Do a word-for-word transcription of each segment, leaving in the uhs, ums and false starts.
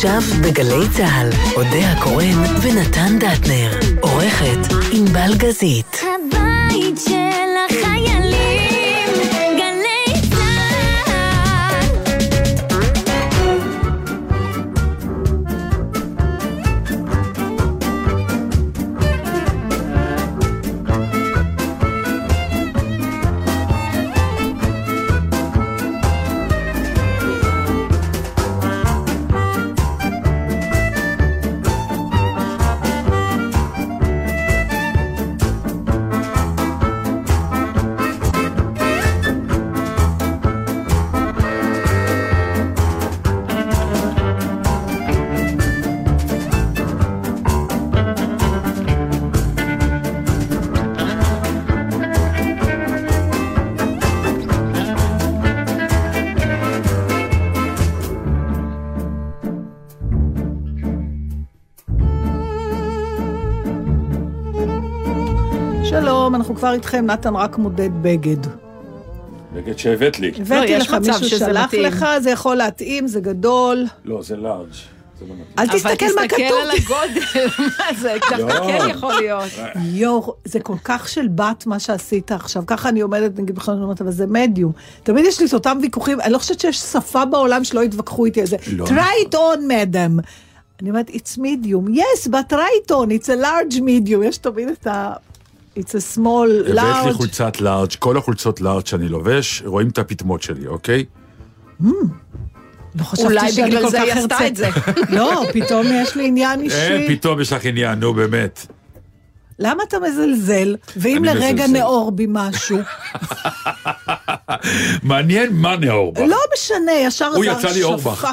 עכשיו בגלי צהל, אודיה הקורן ונתן דטנר, עורכת ענבל גזית. הבית של החיילים, גלי צהל. שלום, אנחנו כבר איתכם, נתן רק מודד בגד. בגד שהבאת לי. הבאתי לך, מישהו שלח לך, זה יכול להתאים, זה גדול. לא, זה לארג'. אל תסתכל מה כתוב. אבל תסתכל על הגודל, מה זה, דווקא כן יכול להיות. יור, זה כל כך של בת מה שעשית עכשיו, ככה אני עומדת, נגיד בכלל, אני אומרת, אבל זה מדיום. תמיד יש לי את אותם ויכוחים, אני לא חושבת שיש שפה בעולם שלא יתווכחו איתי על זה. Try it on, madam. אני אומרת, it's medium. Yes, but try it on, it's a large medium. יש תמיד את ה... It's a small, large. הבאת לי חולצת לארג', כל החולצות לארג' שאני לובש, רואים את הפתמות שלי, אוקיי? לא חשבתי שאני כל כך הרצה את זה. לא, פתאום יש לי עניין אישי. אין, פתאום יש לך עניין, נו באמת. למה אתה מזלזל? ואם לרגע נאור בי משהו? מעניין מה נאור בך. לא משנה, ישר הוא יצא לי אורבך.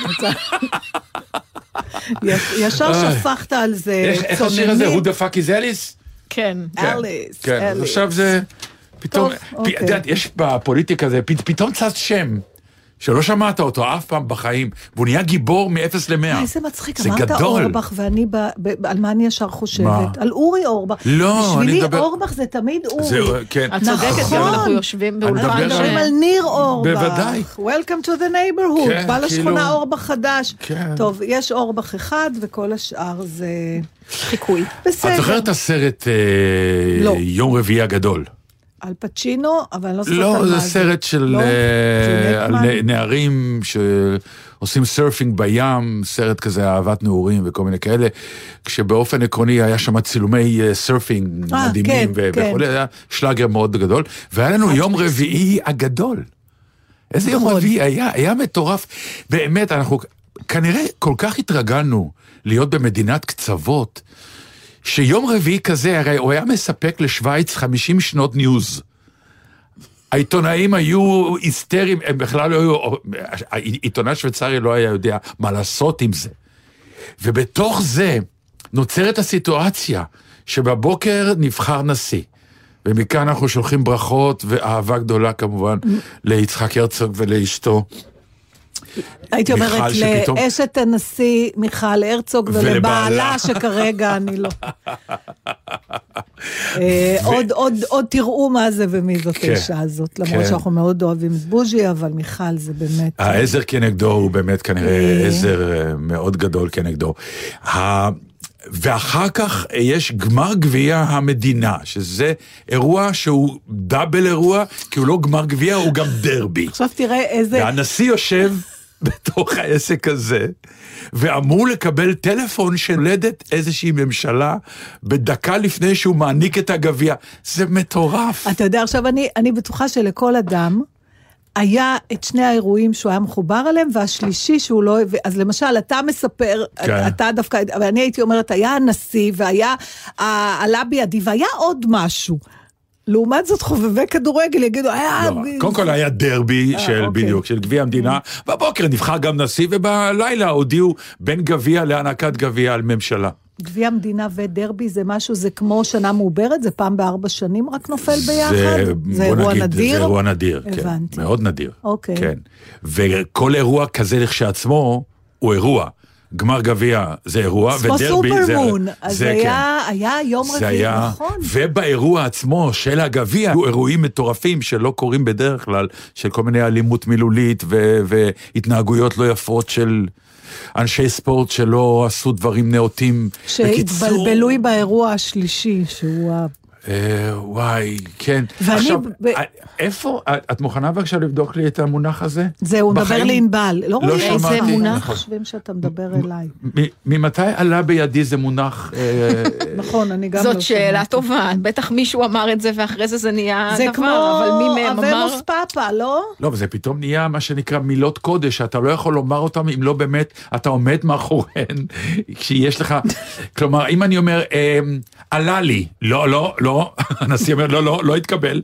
ישר שפכת על זה. איך השיר הזה? Who the fuck is Alice? כן. אליס. כן, אז עכשיו זה... פתאום... את יודעת, יש בפוליטיקה זה, פתאום צץ שם. שלא שמעת אותו אף פעם בחיים, והוא נהיה גיבור מאפס למאה. איזה מצחיק, אמרת אורבך, ואני, על מה אני ישר חושבת? על אורי אורבך. לא, אני מדבר... בשבילי אורבך זה תמיד אורי. את צודקת, גם אנחנו יושבים באולפן. מדברים על ניר אורבך. בוודאי. Welcome to the neighborhood. בא לשכונה אורבך חדש. כן. טוב, יש אורבך אחד, וכל השאר זה חיקוי. בסדר. את זוכרת את הסרט יום רביעי הגדול? על פצ'ינו, אבל אני לא זוכרת על מה לא, זה. זה סרט של על נערים שעושים סרפינג בים, סרט כזה אהבת נעורים וכל מיני כאלה, כשבאופן עקרוני היה שם צילומי סרפינג מדהימים, וכולי, היה שלאגר מאוד גדול, והיה לנו יום רביעי הגדול. איזה יום רביעי היה? היה מטורף. באמת, אנחנו כנראה כל כך התרגלנו להיות במדינת קצוות, שיום רביעי כזה, הרי הוא היה מספק לשוויץ חמישים שנות ניוז. העיתונאים היו היסטריים, הם בכלל לא היו, העיתונאי שוויצרי לא היה יודע מה לעשות עם זה. ובתוך זה נוצרת הסיטואציה, שבבוקר נבחר נשיא, ומכאן אנחנו שולחים ברכות, ואהבה גדולה כמובן, ליצחק הרצוג ולאשתו, הייתי אומרת לאשת הנשיא מיכל הרצוג ולבעלה שכרגע אני לא. עוד תראו מה זה ומי זאת האישה הזאת, למרות שאנחנו מאוד אוהבים את בוז'י, אבל מיכל זה באמת... העזר כנגדו הוא באמת כנראה עזר מאוד גדול כנגדו. ואחר כך יש גמר גביע המדינה, שזה אירוע שהוא דאבל אירוע, כי הוא לא גמר גביע, הוא גם דרבי. עכשיו תראה איזה... והנשיא יושב בתוך העסק הזה, ואמור לקבל טלפון שלדת איזושהי ממשלה, בדקה לפני שהוא מעניק את הגביע. זה מטורף. אתה יודע, עכשיו אני, אני בטוחה שלכל אדם, היה את שני האירועים שהוא היה מחובר עליהם, והשלישי שהוא לא... אז למשל, אתה מספר, כן. אתה דווקא... אבל אני הייתי אומרת, היה הנשיא, והיה עלה בידי, והיה עוד משהו. לעומת זאת חובבי כדורגל יגידו, היה... לא, קודם כל היה דרבי של בדיוק, של גביע המדינה, בבוקר נבחר גם נשיא, ובלילה הודיעו בין גביע להענקת גביע על ממשלה. גביע המדינה ודרבי זה משהו, זה כמו שנה מעוברת, זה פעם בארבע שנים רק נופל ביחד? זה אירוע נדיר? זה אירוע נדיר, כן, מאוד נדיר. אוקיי. כן, וכל אירוע כזה לכשעצמו הוא אירוע, גמר גביע זה אירוע, כמו ודרבי זה... סופרמון, אז זה, היה, היה יום זה רביעי, היה, נכון. ובאירוע עצמו של הגביע, היו אירועים מטורפים שלא קורים בדרך כלל, של כל מיני אלימות מילולית ו- והתנהגויות לא יפות של אנשי ספורט שלא עשו דברים נאותים. שהתבלבלו באירוע השלישי, שהוא ה... וואי, כן. ואני... עכשיו, איפה, את מוכנה בבקשה לבדוק לי את המונח הזה? זהו, הוא מדבר לענבל. לא רואים איזה מונח. נכון. חושבים שאתה מדבר אליי. ממתי עלה בידי זה מונח... נכון, אני גם... זאת שאלה טובה, בטח מישהו אמר את זה ואחרי זה זה נהיה זה דבר, כמו אבל מי מהם אמר... אבמוס פאפה, לא? לא, וזה פתאום נהיה מה שנקרא מילות קודש, שאתה לא יכול לומר אותם אם לא באמת, אתה עומד מאחוריהן, כשיש לך... כלומר, אם אני אומר, עלה לי, לא, לא, לא, הנשיא אומר, לא, לא, לא התקבל.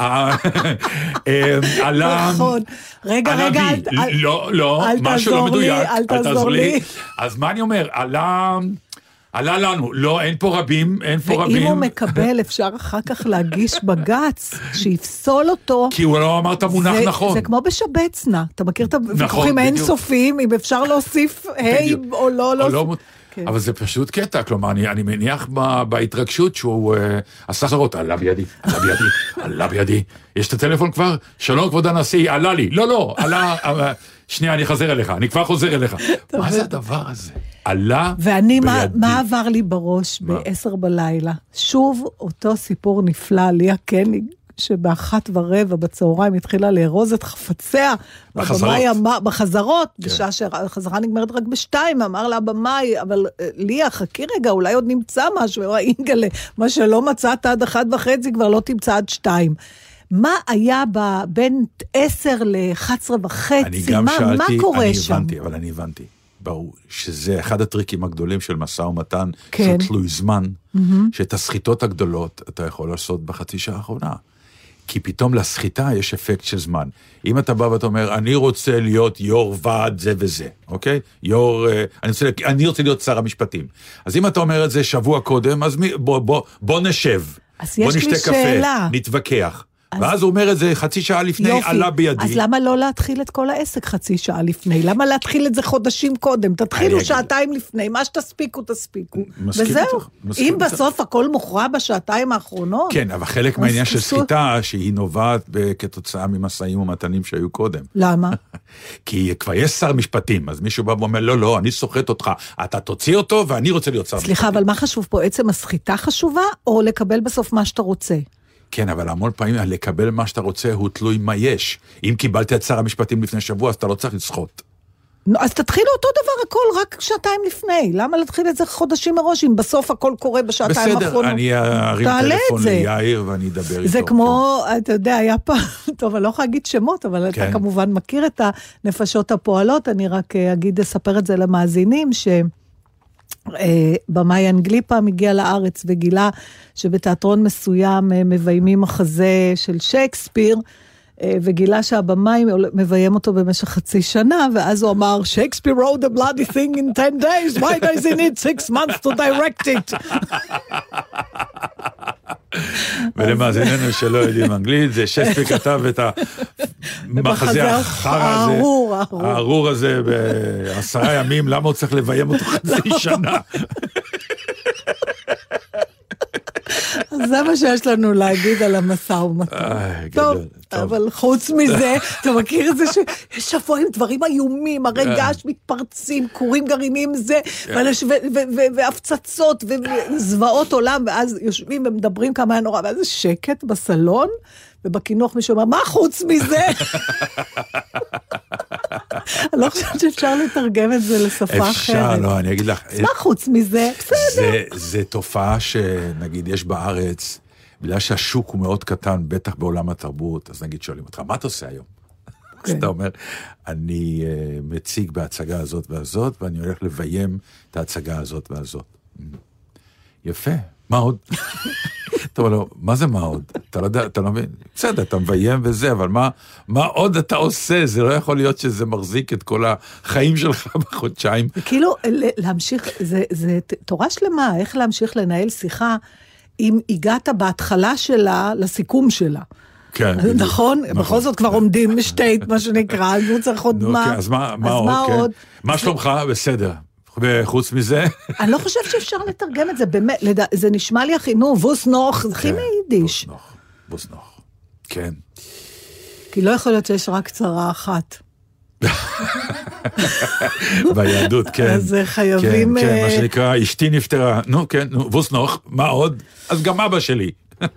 עלה... נכון. רגע, רגע, לא, לא, משהו לא מדויק. אל תעזור לי. אז מה אני אומר? עלה... עלה לנו, לא, אין פה רבים, אין פה רבים. ואם הוא מקבל, אפשר אחר כך להגיש בגץ, שיפסול אותו. כי הוא לא אמר את המונח נכון. זה כמו בשבצנה, אתה מכיר את הוויכוחים האינסופיים, אם אפשר להוסיף היי או לא, לא... אבל זה פשוט קטע, כלומר, אני מניח בהתרגשות שהוא עשה חרות, עלה בידי, עלה בידי, עלה בידי. יש את הטלפון כבר? שלום כבוד הנשיא, עלה לי. לא, לא, עלה... שנייה, אני חזר אליך, אני כבר חוזר אליך. מה זה הדבר הזה? עלה בידי. ואני, מה עבר לי בראש בעשר בלילה? שוב, אותו סיפור נפלא, ליה קניג, שבאחת ורבע בצהריים התחילה לארוז את חפציה. בחזרות. בחזרות, בשעה שהחזרה נגמרת רק בשתיים, אמר לה במאי, אבל ליה, חכי רגע, אולי עוד נמצא משהו, אינגלה, מה שלא מצאת עד אחת וחצי, כבר לא תמצא עד שתיים. מה היה בין עשר לאחת עשרה וחצי? מה, מה קורה אני שם? הבנתי, אבל אני הבנתי. ברור, שזה אחד הטריקים הגדולים של מסע ומתן, כן. של תלוי זמן, mm-hmm. שאת הסחיטות הגדולות אתה יכול לעשות בחצי שעה האחרונה. כי פתאום לסחיטה יש אפקט של זמן. אם אתה בא ואתה אומר, אני רוצה להיות יור ועד זה וזה, אוקיי? יור, אני רוצה, אני רוצה להיות שר המשפטים. אז אם אתה אומר את זה שבוע קודם, אז מי, בוא, בוא, בוא נשב. אז בוא יש נשתה לי קפה, שאלה. נתווכח. ואז הוא אומר את זה חצי שעה לפני, יופי. עלה בידי. אז למה לא להתחיל את כל העסק חצי שעה לפני? למה להתחיל את זה חודשים קודם? תתחילו שעתיים לפני, מה שתספיקו, תספיקו. וזהו. אם בסוף הכל מוכרע בשעתיים האחרונות... כן, אבל חלק מהעניין של סחיטה, שהיא נובעת כתוצאה ממסעים ומתנים שהיו קודם. למה? כי כבר יש שר משפטים, אז מישהו בא ואומר, לא, לא, אני סוחט אותך, אתה תוציא אותו ואני רוצה להיות שר משפטים. סליחה, אבל מה חשוב פה? עצם הסחיטה חשובה, או לקבל בסוף מה שאתה רוצה? כן, אבל המון פעמים לקבל מה שאתה רוצה הוא תלוי מה יש. אם קיבלתי את שר המשפטים לפני שבוע, אז אתה לא צריך לסחוט. אז תתחילו אותו דבר הכל רק שעתיים לפני. למה להתחיל את זה חודשים מראש, אם בסוף הכל קורה בשעתיים האחרונות? בסדר, אני ארים טלפון ליאיר ואני אדבר איתו. זה כמו, אתה יודע, היה פעם, טוב, אני לא יכולה להגיד שמות, אבל אתה כמובן מכיר את הנפשות הפועלות, אני רק אגיד, אספר את זה למאזינים, ש... במאי אנגלי פעם הגיע לארץ וגילה שבתיאטרון מסוים מביימים מחזה של שייקספיר, וגילה שהבמאי מביים אותו במשך חצי שנה, ואז הוא אמר, שייקספיר wrote the bloody thing in ten days, why does he need six months to direct it? ולמאזיננו שלא יודעים אנגלית, זה שייקספיר כתב את המחזה החרא הזה, הארור הזה בעשרה ימים, למה הוא צריך לביים אותו חצי שנה? אז זה מה שיש לנו להגיד על המסע ומתן. טוב, אבל חוץ מזה, אתה מכיר את זה שיש שבועים דברים איומים, הרי געש מתפרצים, קורים גרעינים זה, והפצצות וזוועות עולם, ואז יושבים ומדברים כמה נורא, ואז זה שקט בסלון, ובכינוך מישהו אומר, מה חוץ מזה? אני לא חושבת שאפשר לתרגם את זה לשפה אחרת. אפשר, לא, אני אגיד לך. מה חוץ מזה? בסדר. זה תופעה שנגיד יש בארץ, בגלל שהשוק הוא מאוד קטן, בטח בעולם התרבות, אז נגיד שואלים אותך, מה אתה עושה היום? אז אתה אומר, אני מציג בהצגה הזאת והזאת, ואני הולך לביים את ההצגה הזאת והזאת. יפה, מה עוד? טוב, לא, מה זה מה עוד? אתה לא יודע, אתה לא מבין? בסדר, אתה מביים וזה, אבל מה, מה עוד אתה עושה? זה לא יכול להיות שזה מחזיק את כל החיים שלך בחודשיים. כאילו, להמשיך, זה, זה תורה שלמה, איך להמשיך לנהל שיחה, אם הגעת בהתחלה שלה לסיכום שלה. כן. נכון? בכל זאת כבר עומדים משתית, מה שנקרא, הוא צריך עוד מה. אז מה עוד? מה שלומך? בסדר. וחוץ מזה... אני לא חושב שאפשר לתרגם את זה, באמת, זה נשמע לי הכי, נו, ווס נוח, זה הכי מיידיש. ווס נוח, ווס נוח, כן. כי לא יכול להיות שיש רק צרה אחת. ביהדות, כן. אז חייבים... כן, כן, מה שנקרא, אשתי נפטרה, נו, כן, נו, ווס נוח, מה עוד? אז גם אבא שלי.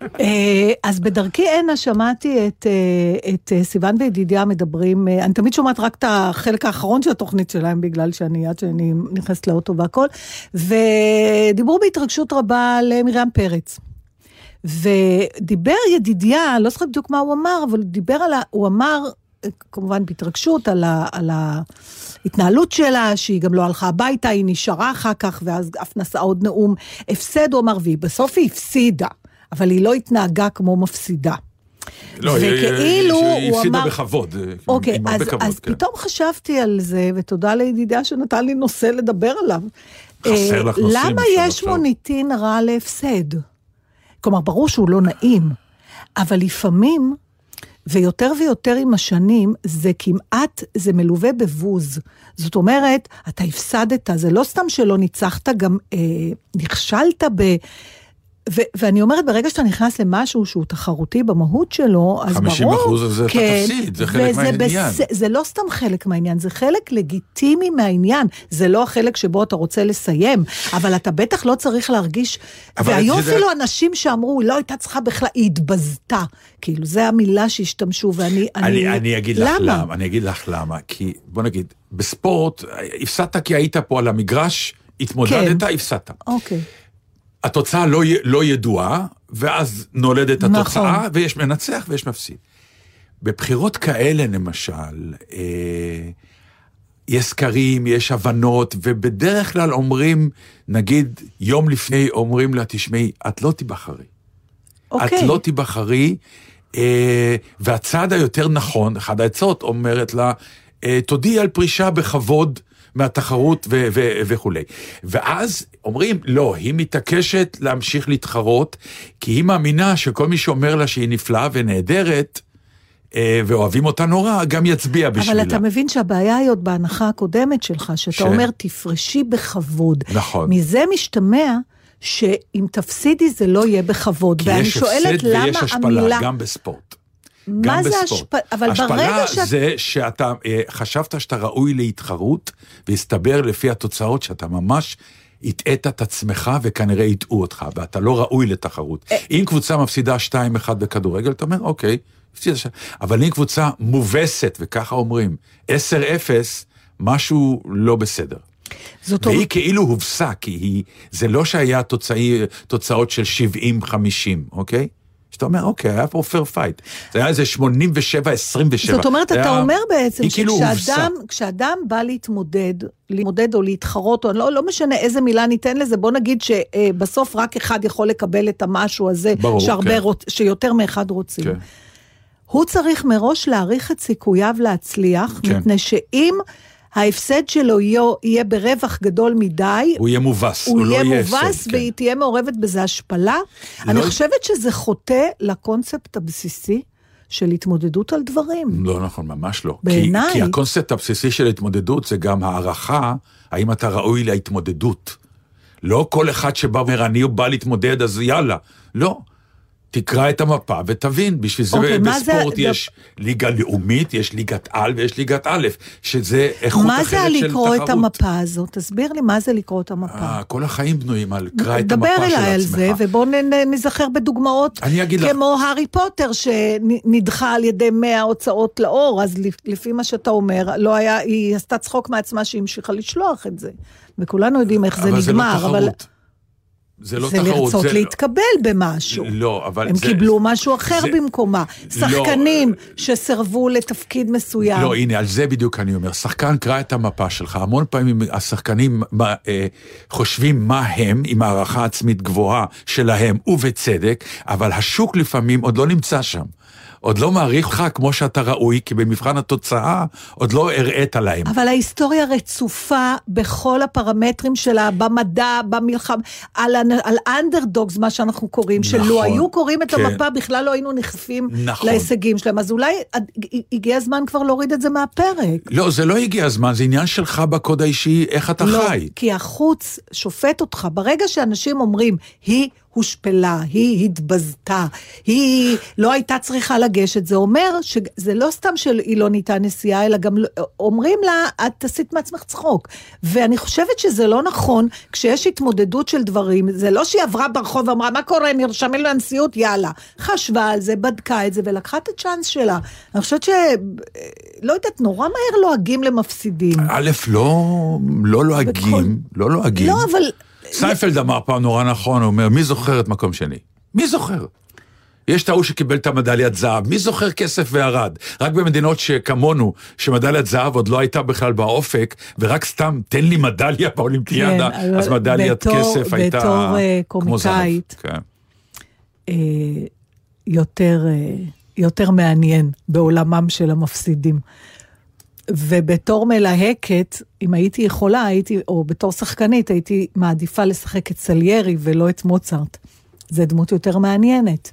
אז בדרכי הנה שמעתי את, את סיוון וידידיה מדברים, אני תמיד שומעת רק את החלק האחרון של התוכנית שלהם, בגלל שאני עד שאני נכנסת לאוטו והכל, ודיברו בהתרגשות רבה למרים פרץ. ודיבר ידידיה, לא זוכר בדיוק מה הוא אמר, אבל דיבר על ה... הוא אמר, כמובן בהתרגשות, על, ה, על ההתנהלות שלה, שהיא גם לא הלכה הביתה, היא נשארה אחר כך, ואז אף נשאה עוד נאום הפסד, הוא אמר, והיא בסוף היא הפסידה, אבל היא לא התנהגה כמו מפסידה. לא, וכאילו היא הוא הפסידה אמר... בכבוד, אוקיי, עם הרבה אז, כבוד. אז כן. פתאום חשבתי על זה, ותודה לידידיה שנתן לי נושא לדבר עליו. חסר לך נושאים. למה יש מוניטין רע להפסד? כלומר, ברור שהוא לא נעים, אבל לפעמים, ויותר ויותר עם השנים, זה כמעט, זה מלווה בבוז. זאת אומרת, אתה הפסדת, זה לא סתם שלא ניצחת, גם אה, נכשלת ב... ו- ואני אומרת, ברגע שאתה נכנס למשהו שהוא תחרותי במהות שלו, אז ברור... חמישים אחוז הזה אתה תפסיד, זה חלק מהעניין. בס... זה לא סתם חלק מהעניין, זה חלק לגיטימי מהעניין, זה לא החלק שבו אתה רוצה לסיים, אבל אתה בטח לא צריך להרגיש, והיו אפילו זה... אנשים שאמרו, לא הייתה צריכה בכלל, היא התבזתה, כאילו, זה המילה שהשתמשו, ואני... אני, אני, אני אגיד למה? לך למה, אני אגיד לך למה, כי בוא נגיד, בספורט, הפסדת כי היית פה על המגרש, התמודדת, כן. הפסדת. אוקיי. התוצאה לא, לא ידועה, ואז נולדת התוצאה, נכון. ויש מנצח ויש מפסיד. בבחירות כאלה, למשל, אה, יש סקרים, יש הבנות, ובדרך כלל אומרים, נגיד, יום לפני אומרים לה, תשמעי, את לא תיבחרי. אוקיי. את לא תיבחרי, אה, והצעד היותר נכון, אחד העצות אומרת לה, אה, תודיעי על פרישה בכבוד, מהתחרות ו- ו- וכו'. ואז אומרים, לא, היא מתעקשת להמשיך להתחרות, כי היא מאמינה שכל מי שאומר לה שהיא נפלאה ונהדרת, אה, ואוהבים אותה נורא, גם יצביע בשבילה. אבל אתה מבין שהבעיה היא עוד בהנחה הקודמת שלך, שאתה ש... אומר, תפרשי בכבוד. נכון. מזה משתמע שאם תפסידי זה לא יהיה בכבוד. כי יש הפסד ויש השפלה, המילה... גם בספורט. מה זה השפלה? אבל ברגע השפלה זה שאתה חשבת שאתה ראוי להתחרות, והסתבר לפי התוצאות שאתה ממש הטעת את עצמך, וכנראה יטעו אותך, ואתה לא ראוי לתחרות. אם קבוצה מפסידה שתיים אחד בכדורגל, אתה אומר, אוקיי, אבל אם קבוצה מובסת, וככה אומרים, עשר אפס, משהו לא בסדר. והיא כאילו הובסה, כי זה לא שהיה תוצאות של שבעים חמישים, אוקיי? שאתה אומר, אוקיי, היה פה פייר פייט. זה היה איזה שמונים ושבע עשרים ושבע. זאת אומרת, אתה היה... אומר בעצם, שכשאדם כשאדם בא להתמודד, להתמודד או להתחרות, או לא, לא משנה איזה מילה ניתן לזה, בוא נגיד שבסוף רק אחד יכול לקבל את המשהו הזה, ברור, שהרבה כן. רוצ... שיותר מאחד רוצים. כן. הוא צריך מראש להעריך את סיכוייו להצליח, כן. מפני שאם ההפסד שלו יהיה, יהיה ברווח גדול מדי, הוא יהיה מובס, הוא, הוא יהיה לא יהיה מובס, הפסד, והיא כן. תהיה מעורבת בזה השפלה. לא... אני חושבת שזה חוטא לקונספט הבסיסי של התמודדות על דברים. לא נכון, ממש לא. בעיניי. כי, כי הקונספט הבסיסי של התמודדות זה גם הערכה, האם אתה ראוי להתמודדות. לא כל אחד שבא אומר, אני בא להתמודד, אז יאללה. לא. תקרא את המפה ותבין, בשביל זה okay, בספורט זה... יש ליגה לאומית, יש ליגת על ויש ליגת א', שזה איכות אחרת של תחרות. מה זה לקרוא את המפה הזאת? תסביר לי מה זה לקרוא את המפה. 아, כל החיים בנויים על קרא את המפה של עצמך. דבר אליי על זה, ובואו נזכר בדוגמאות, כמו לך... הארי פוטר, שנדחה על ידי מאה הוצאות לאור, אז לפי מה שאתה אומר, לא היה, היא עשתה צחוק מעצמה שהיא המשיכה לשלוח את זה, וכולנו יודעים איך זה נגמר, אבל... זה לא תחרות. זה לא זה תחרות. לרצות זה להתקבל לא... במשהו. לא, אבל הם זה... קיבלו משהו אחר זה... במקומה. שחקנים לא... שסרבו לתפקיד מסוים. לא, הנה, על זה בדיוק אני אומר. שחקן, קרא את המפה שלך. המון פעמים השחקנים מה, אה, חושבים מה הם, עם הערכה עצמית גבוהה שלהם, ובצדק, אבל השוק לפעמים עוד לא נמצא שם. עוד לא מעריך לך כמו שאתה ראוי, כי במבחן התוצאה עוד לא הראית להם. אבל ההיסטוריה רצופה בכל הפרמטרים שלה, במדע, במלחמה, על, על אנדרדוגס, מה שאנחנו קוראים, נכון, שלא היו קוראים את כן. המפה, בכלל לא היינו נחשפים נכון. להישגים שלהם, אז אולי הגיע הזמן כבר להוריד את זה מהפרק. לא, זה לא הגיע הזמן, זה עניין שלך בקוד האישי, איך אתה לא, חי. כי החוץ שופט אותך, ברגע שאנשים אומרים, היא הושפלה, היא התבזתה, היא לא הייתה צריכה לגשת, זה אומר שזה לא סתם שהיא לא ניתה נסיעה, אלא גם אומרים לה, את תעשית מעצמך צחוק. ואני חושבת שזה לא נכון, כשיש התמודדות של דברים, זה לא שהיא עברה ברחוב ואמרה, מה קורה, נרשמים לנשיאות, יאללה. חשבה על זה, בדקה את זה, ולקחה את הצ'אנס שלה. אני חושבת ש... לא יודעת, נורא מהר לועגים למפסידים. א', לא, לא לועגים, לא לועגים. לא, אבל... סיינפלד אמר פעם נורא נכון, הוא אומר, מי זוכר את מקום שני? מי זוכר? יש את ההוא שקיבל את המדליית זהב, מי זוכר כסף וערד? רק במדינות שכמונו, שמדליית זהב עוד לא הייתה בכלל באופק, ורק סתם, תן לי מדליה באולימפיאדה, כן, אז מדליית בתור, כסף הייתה בתור, כמו זהב. כן. אה, יותר, אה, יותר מעניין בעולמם של המפסידים. ובתור מלהקת, אם הייתי יכולה, הייתי, או בתור שחקנית, הייתי מעדיפה לשחק את סליירי ולא את מוצרט. זה דמות יותר מעניינת.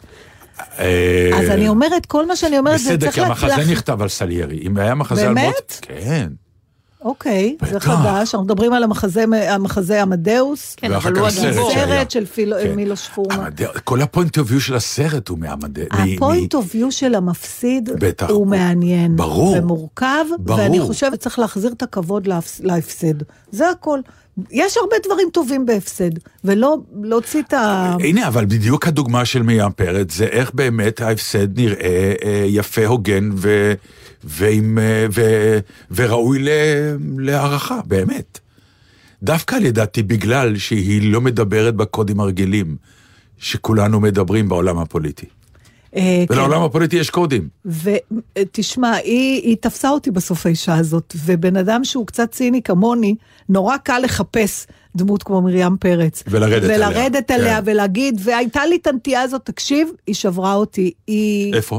אז אני אומרת, כל מה שאני אומרת, בסדר, כי המחזה נכתב על סליירי. אם היה מחזה על מוצרט... באמת? כן. אוקיי, זה חדש, אנחנו מדברים על המחזה עמדאוס, כן, אבל הוא הסרט של מילוש פורמן. כל הפוינט אוף ויו של הסרט הוא מעמדאוס. הפוינט אוף ויו של המפסיד הוא מעניין ומורכב, ואני חושבת צריך להחזיר את הכבוד להפסד. זה הכל. יש הרבה דברים טובים בהפסד, ולא להוציא את ה... הנה, אבל בדיוק הדוגמה של מרים פרץ, זה איך באמת ההפסד נראה יפה, הוגן ו... ועם, ו, וראוי ל, להערכה, באמת. דווקא לדעתי בגלל שהיא לא מדברת בקודים הרגילים, שכולנו מדברים בעולם הפוליטי. ולעולם הפוליטי יש קודים. ותשמע, היא, היא תפסה אותי בסוף האישה הזאת, ובן אדם שהוא קצת ציני כמוני, נורא קל לחפש דמות כמו מרים פרץ. ולרדת עליה. ולרדת עליה, כן. ולהגיד, והייתה לי את הנטייה הזאת, תקשיב, היא שברה אותי. היא... איפה?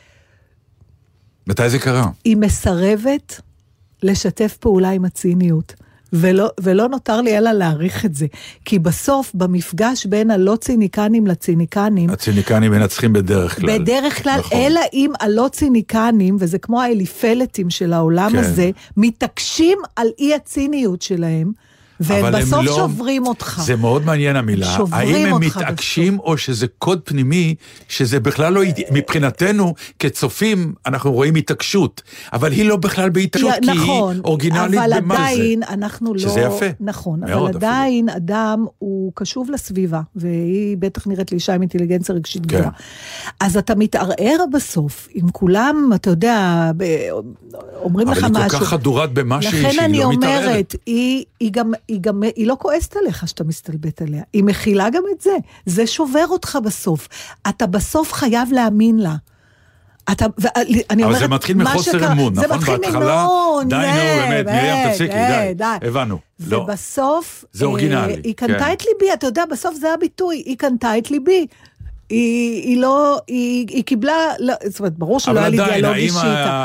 מתי זה קרה? היא מסרבת לשתף פעולה עם הציניות, ולא, ולא נותר לי אלא להעריך את זה, כי בסוף, במפגש בין הלא ציניקנים לציניקנים, הציניקנים מנצחים בדרך כלל. בדרך כלל, נכון. אלא אם הלא ציניקנים, וזה כמו האליפלטים של העולם כן. הזה, מתעקשים על אי הציניות שלהם, והם בסוף לא, שוברים אותך. זה מאוד מעניין המילה. האם הם מתעקשים בסוף. או שזה קוד פנימי, שזה בכלל לא, מבחינתנו, כצופים, אנחנו רואים התעקשות, אבל היא לא בכלל בהתעקשות, כי נכון, היא אורגינלית במה זה. אבל עדיין אנחנו לא... שזה יפה. נכון, אבל עדיין אפילו. אדם הוא קשוב לסביבה, והיא בטח נראית לאישה עם אינטליגנציה רגשית גבוהה. כן. אז אתה מתערער בסוף, עם כולם, אתה יודע, אומרים לך משהו. אבל היא כל כך חדורת במה שהיא, שהיא לא מתערערת. לכן אני אומרת, היא, היא גם... היא גם, היא לא כועסת עליך שאתה מסתלבט עליה, היא מכילה גם את זה, זה שובר אותך בסוף, אתה בסוף חייב להאמין לה, אתה, ואני אבל אומרת, זה מתחיל מחוסר אמון, נכון? בהתחלה, די נו, באמת, מרים תפסיקי, די, הבנו. ובסוף, זה אורגינלי. היא קנתה את ליבי, אתה יודע, בסוף זה הביטוי, היא קנתה את ליבי, היא, היא לא, היא, היא קיבלה, לא, זאת אומרת, ברור שלא היה לי דיאלוג אישית. אבל עדיין,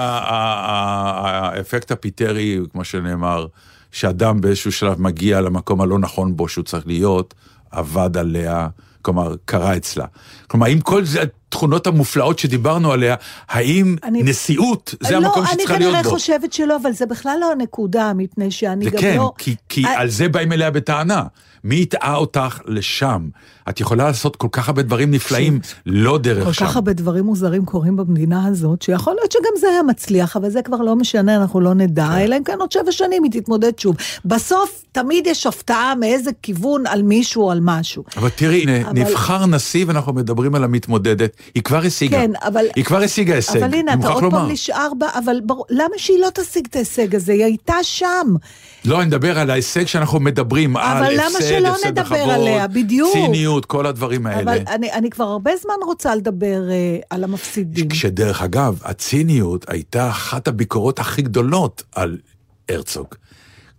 האם האפקט הפיטרי, כמו שנאמר, שאדם באיזשהו שלב מגיע למקום הלא נכון בו שהוא צריך להיות, עבד עליה, כלומר, קרה אצלה. כלומר, עם כל זה, התכונות המופלאות שדיברנו עליה, האם אני, נשיאות, זה לא, המקום שצריכה להיות בו? אני כנראה חושבת שלא, אבל זה בכלל לא הנקודה, מפני שאני גם כן, לא... כי, כי I... על זה באים אליה בטענה. מי יטעה אותך לשם? את יכולה לעשות כל כך הרבה דברים נפלאים, ש... לא דרך כל שם. כל כך הרבה דברים מוזרים קורים במדינה הזאת, שיכול להיות שגם זה היה מצליח, אבל זה כבר לא משנה, אנחנו לא נדע, כן. אלא אם כן עוד שבע שנים היא תתמודד שוב. בסוף, תמיד יש הפתעה מאיזה כיוון על מישהו או על משהו. אבל תראי, אבל... נבחר נשיא, ואנחנו מדברים על המתמודדת, היא כבר השיגה. כן, אבל... היא כבר השיגה הישג. אבל הנה, אתה עוד פעם נשאר בה, אבל בר... למה שהיא לא תשיג את ההישג הזה? היא הייתה שם. לא, אני מדבר על ההישג שאנחנו מדברים, על הפסד, הפסד החברות, ציניות, כל הדברים האלה. אבל אני, אני כבר הרבה זמן רוצה לדבר uh, על המפסידים. כשדרך אגב, הציניות הייתה אחת הביקורות הכי גדולות על הרצוג.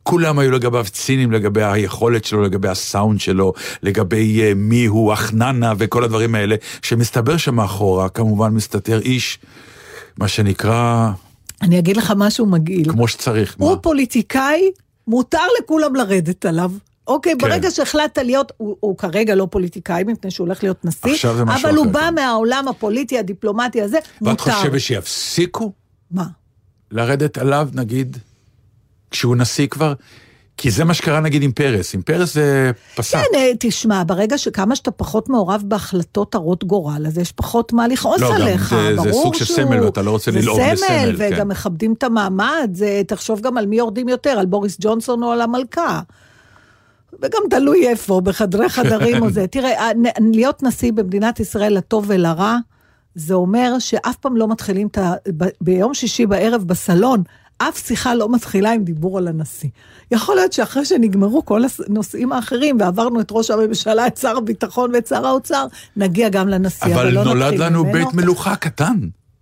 כולם היו לגביו ציניים, לגבי היכולת שלו, לגבי הסאונד שלו, לגבי uh, מי הוא, החננה וכל הדברים האלה, שמסתבר שמאחורה, כמובן מסתתר איש, מה שנקרא... אני אגיד לך משהו מגעיל. כמו שצריך. הוא מה? פוליטיקאי, מותר לכולם לרדת עליו. אוקיי, כן. ברגע שהחלטת להיות, הוא, הוא כרגע לא פוליטיקאי, מפני שהוא הולך להיות נשיא, אבל אחר, הוא בא כן. מהעולם הפוליטי, הדיפלומטי הזה, ואת מותר. ואת חושבת שיפסיקו? מה? לרדת עליו, נגיד, כשהוא נשיא כבר? כי זה מה שקרה נגיד עם פרס, עם פרס זה פסק. כן, תשמע, ברגע שכמה שאתה פחות מעורב בהחלטות הרות גורל, אז יש פחות מה לכעוס לא, עליך. זה, זה סוג של סמל, ואתה לא רוצה ללעוג לסמל. זה סמל, וגם כן. מכבדים את המעמד, זה, תחשוב גם על מי יורדים יותר, על בוריס ג'ונסון או על המלכה. וגם תלוי איפה, בחדרי חדרים או זה. תראה, להיות נשיא במדינת ישראל לטוב ולרע, זה אומר שאף פעם לא מתחילים, ת... ביום שישי בערב בסלון, אף שיחה לא מתחילה עם דיבור על הנשיא. יכול להיות שאחרי שנגמרו כל הנושאים האחרים, ועברנו את ראש הממשלה, את שר הביטחון ואת שר האוצר, נגיע גם לנשיא, אבל, אבל לא נתחיל ממנו. אבל נולד לנו בית מלוכה קטן.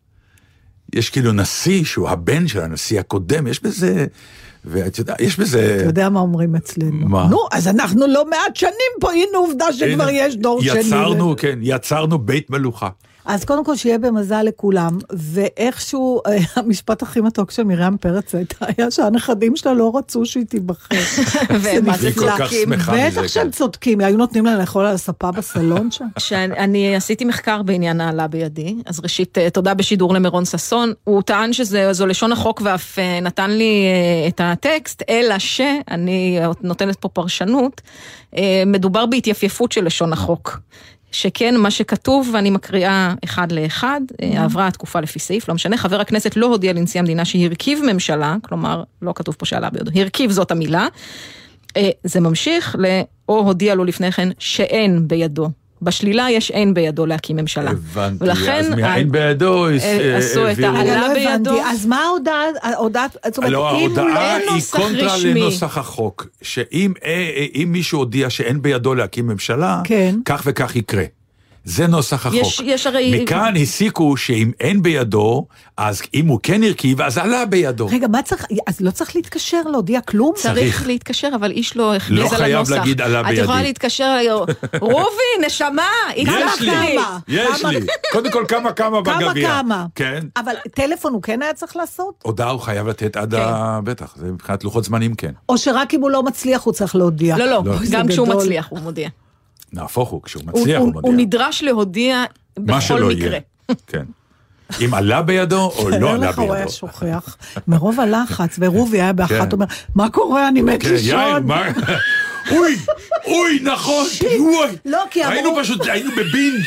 יש כאילו נשיא שהוא הבן של הנשיא הקודם, יש בזה... ואת יודעת, יש בזה... אתה יודע מה אומרים אצלנו? מה? נו, אז אנחנו לא מעט שנים פה, הנה עובדה שכבר יש דור שני. יצרנו, כן, יצרנו בית מלוכה. אז קודם כל שיהיה במזל לכולם, ואיכשהו המשפט הכי מתוק של מרים פרץ היה שהנכדים שלה לא רצו שהיא תיבחר. ומה זה צודקים? בטח שהם צודקים, היו נותנים לה לאכול על הספה בסלון שם. שאני עשיתי מחקר בעניין העלה בידי, אז ראשית תודה בשידור למרון ססון, הוא טען שזו לשון החוק ואף נתן לי את הטקסט, אלא שאני נותנת פה פרשנות, מדובר בהתייפייפות של לשון החוק. שכן מה שכתוב, ואני מקריאה אחד לאחד, עברה התקופה לפי סעיף, לא משנה, חבר הכנסת לא הודיע לנשיא המדינה שהרכיב ממשלה, כלומר, לא כתוב פה שעלה בידו, הרכיב זאת המילה, זה ממשיך, או הודיע לו לפני כן שאין בידו. בשלילה יש אין בידו להקים ממשלה. הבנתי, אז מהאין בידו עשו את העלה בידו. אז מה ההודעת? לא, ההודעה היא קונטרה לנוסח החוק, שאם מישהו הודיע שאין בידו להקים ממשלה, כך וכך יקרה. זה נוסח החוק. מכאן הסיקו שאם אין בידו, אז אם הוא כן הרכיב, אז עלה בידו. רגע, מה צריך? אז לא צריך להתקשר, להודיע כלום? צריך להתקשר, אבל איש לא הכניס על הנוסח. לא חייב להגיד עלה בידי. את יכולה להתקשר, רובי, נשמה, יש לי, יש לי. קודם כל כמה כמה בגביע. כמה כמה. כן. אבל טלפון הוא כן היה צריך לעשות? הודעה הוא חייב לתת עד ה... בטח, זה מבחינת לוחות זמנים כן. או שרק אם הוא לא מצליח הוא צריך להודיע. לא, לא, גם כשהוא מצליח הוא מודיע. נהפוך הוא, כשהוא מצליח הוא מודיע. הוא נדרש להודיע בכל מקרה. כן. אם עלה בידו או לא עלה בידו. הוא היה שוכח. מרוב הלחץ, ורובי היה באחת, אומר, מה קורה? אני מת לישון. אוי, אוי, נכון. לא, כי היינו פשוט, היינו בבינג'.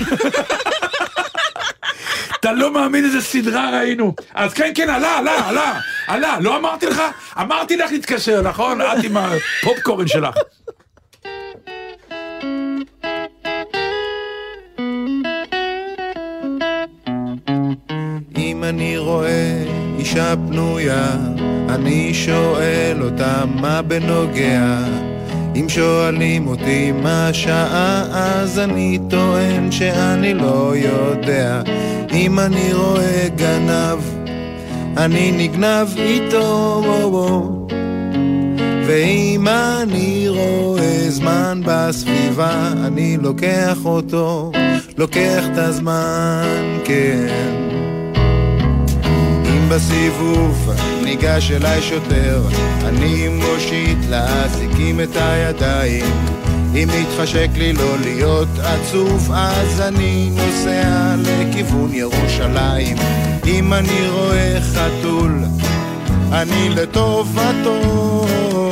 אתה לא מאמין איזה סדרה ראינו. אז כן, כן, עלה, עלה, עלה. עלה, לא אמרתי לך? אמרתי לך להתקשר, נכון? את עם הפופקורן שלך. אם אני רואה אישה פנויה, אני שואל אותה מה בנוגע. אם שואלים אותי מה השעה, אז אני טוען שאני לא יודע. אם אני רואה גנב, אני נגנב איתו. ואם אני רואה זמן בסביבה, אני לוקח אותו, לוקח את הזמן, כן. אם בסיבוב ניגש אליי שוטר, אני מושיט להזיקים את הידיים. אם מתחשק לי לא להיות עצוב, אז אני נוסע לכיוון ירושלים. אם אני רואה חתול, אני לטובתו.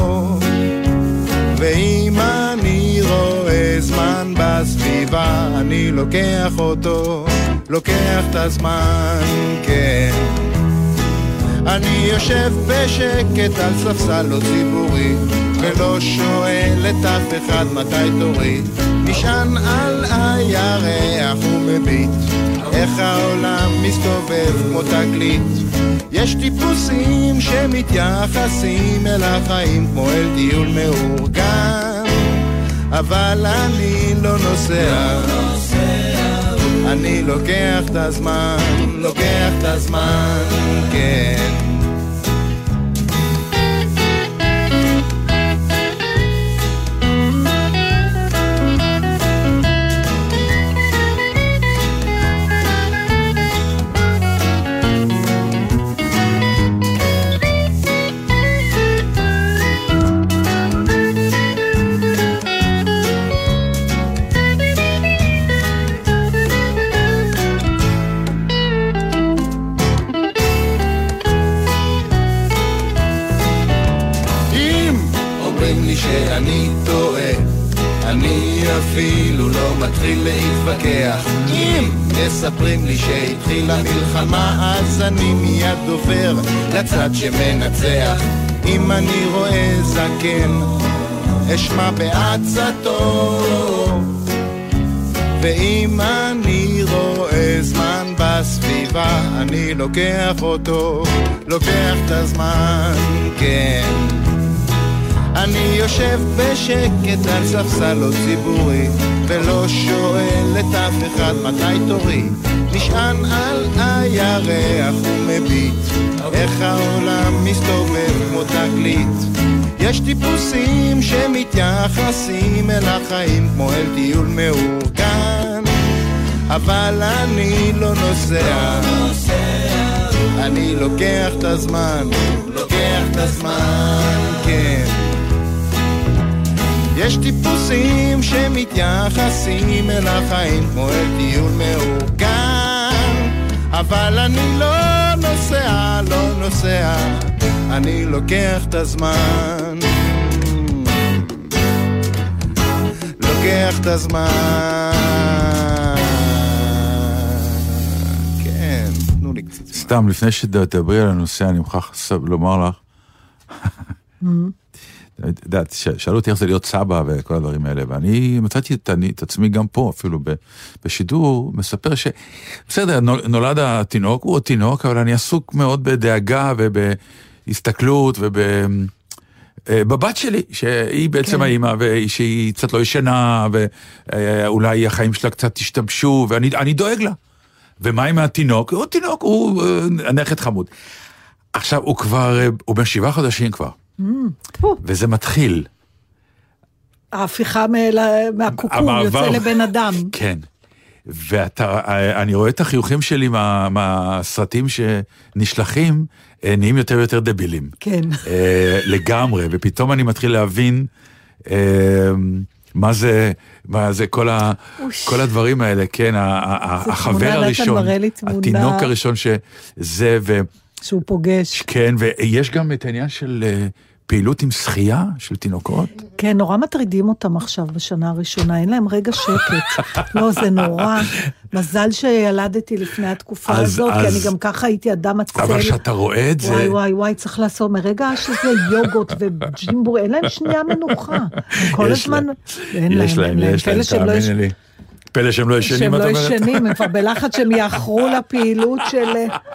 ואם אני רואה זמן בסביבה, אני לוקח אותו, לוקח את הזמן, כן. אני יושב בשקט על ספסל לא ציבורי, ולא שואל את אף אחד מתי תורי. נשען על הירח ומביט איך העולם מסתובב כמו תגלית. יש טיפוסים שמתייחסים אל החיים כמו אל טיול מאורגן, אבל אני לא נוסע, אני לוקח את הזמן, לוקח את הזמן, כן. מספרים לי שאני טועה, אני אפילו לא מתחיל להתווכח. אם מספרים לי שהתחילה מלחמה, אז אני מיד עובר לצד שמנצח. אם אני רואה זקן, אשמע בעצתו, ואם אני רואה זמן בסביבה, אני לוקח אותו, לוקח את הזמן, כן. אני יושב בשקט על ספסל ציבורי, ולא שואל את אף אחד מתי תורי. נשען על הירח ומביט איך העולם מסתובב כמו תגלית. יש טיפוסים שמתייחסים אל החיים כמו אל טיול מאורגן, אבל אני לא נוסע, אני לוקח את הזמן, לוקח את הזמן, כן. יש טיפוסים שמתייחסים אל החיים כמו אל טיול מאורגן, אבל אני לא נוסע, לא נוסע, אני לוקח את הזמן, לוקח את הזמן, כן, תנו לי קצת זמן. סתם, לפני שתדברי על הנושא, אני מוכרח לומר לך, יודעת, שאלו אותי איך זה להיות סבא וכל הדברים האלה, ואני מצאתי את, אני, את עצמי גם פה, אפילו בשידור, מספר ש... בסדר, נולד התינוק, הוא תינוק, אבל אני עסוק מאוד בדאגה ובהסתכלות ובבת שלי, שהיא בעצם האמא, ושהיא קצת לא ישנה, ואולי החיים שלה קצת תשתבשו, ואני דואג לה. ומה עם התינוק? הוא תינוק, הוא נכד חמוד. עכשיו, הוא כבר, הוא בן שבעה חודשים כבר. וזה מתחיל. ההפיכה מהקוקום יוצא לבן אדם. כן. ואני רואה את החיוכים שלי מהסרטים שנשלחים, נהיים יותר ויותר דבילים. כן. לגמרי, ופתאום אני מתחיל להבין מה זה, מה זה כל הדברים האלה, כן, החבר הראשון, התינוק הראשון שזה, ו... שהוא פוגש. כן, ויש גם את העניין של פעילות עם שחייה של תינוקות. כן, נורא מטרידים אותם עכשיו בשנה הראשונה, אין להם רגע שקט. לא, זה נורא. מזל שילדתי לפני התקופה אז, הזאת, אז... כי אני גם ככה הייתי אדם עצל. אבל שאתה רואה את זה... וואי וואי וואי, צריך לעשות, מרגע שזה יוגות וג'ימבורי, אין להם שנייה מנוחה. כל הזמן... אין להם, יש להם, יש להם, תאמיני לי. פלא שהם לא ישנים, שהם לא ישנים, הם כבר בלחץ שהם יאחרו לפעילות של...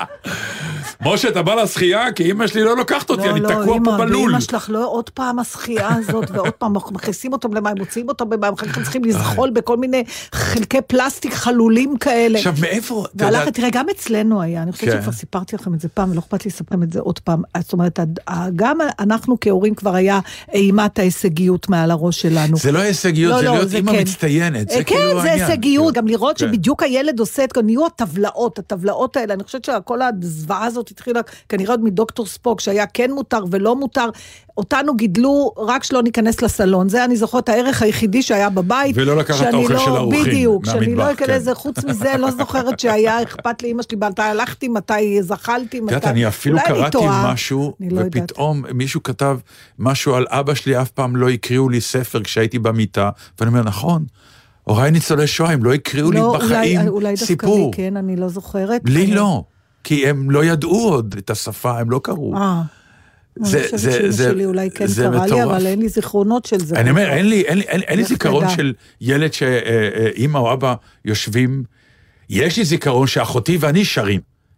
משה, אתה בא לשחייה, כי אמא שלי לא לוקחת אותי, אני תקוע פה בלול. ואמא שלך לא עוד פעם השחייה הזאת, ועוד פעם מכניסים אותם למים, מוציאים אותם במים, אחר צריכים לזחול בכל מיני חלקי פלסטיק חלולים כאלה. עכשיו, מאיפה? והלכת, תראה, גם אצלנו היה, אני חושבת שכבר סיפרתי לכם את זה פעם, ולא אכפת לי לספר את זה עוד פעם. זאת אומרת, גם אנחנו כהורים כבר היה אימת ההישגיות מעל הראש שלנו. זה לא הישגיות, זה להיות אימא מצטיינת. כן, זה הישגיות, גם לראות שבדיוק הילד עושה את, נהיו הטבלאות, הטבלאות האלה, אני חושבת שכל הזוועה הזאת התחילה כנראה עוד מדוקטור ספוק, שהיה כן מותר ולא מותר, אותנו גידלו רק שלא ניכנס לסלון, זה אני זוכרת הערך היחידי שהיה בבית, ולא לקחת אוכל של האורחים, בדיוק, שאני לא אכנס, חוץ מזה, לא זוכרת שהיה אכפת לאמא שלי, מתי הלכתי, מתי זחלתי, מתי... אני אפילו קראתי משהו, ופתאום מישהו כתב משהו על אבא שלי, אף פעם לא הקריאו לי ספר כשהייתי במיטה, ואני אומר, נכון, הוריי ניצולי שואה, הם לא הקריאו לי בחיים סיפור. אולי דווקא לי, כן, אני לא זוכרת. לי לא. כי הם לא ידעו עוד את השפה, הם לא קראו. אה, אני חושבת שאמא שלי אולי כן קרא לי, אבל אין לי זיכרונות של זה. אני אומר, אין לי זיכרון של ילד שאמא או אבא יושבים, יש לי זיכרון שאחותי ואני שרים,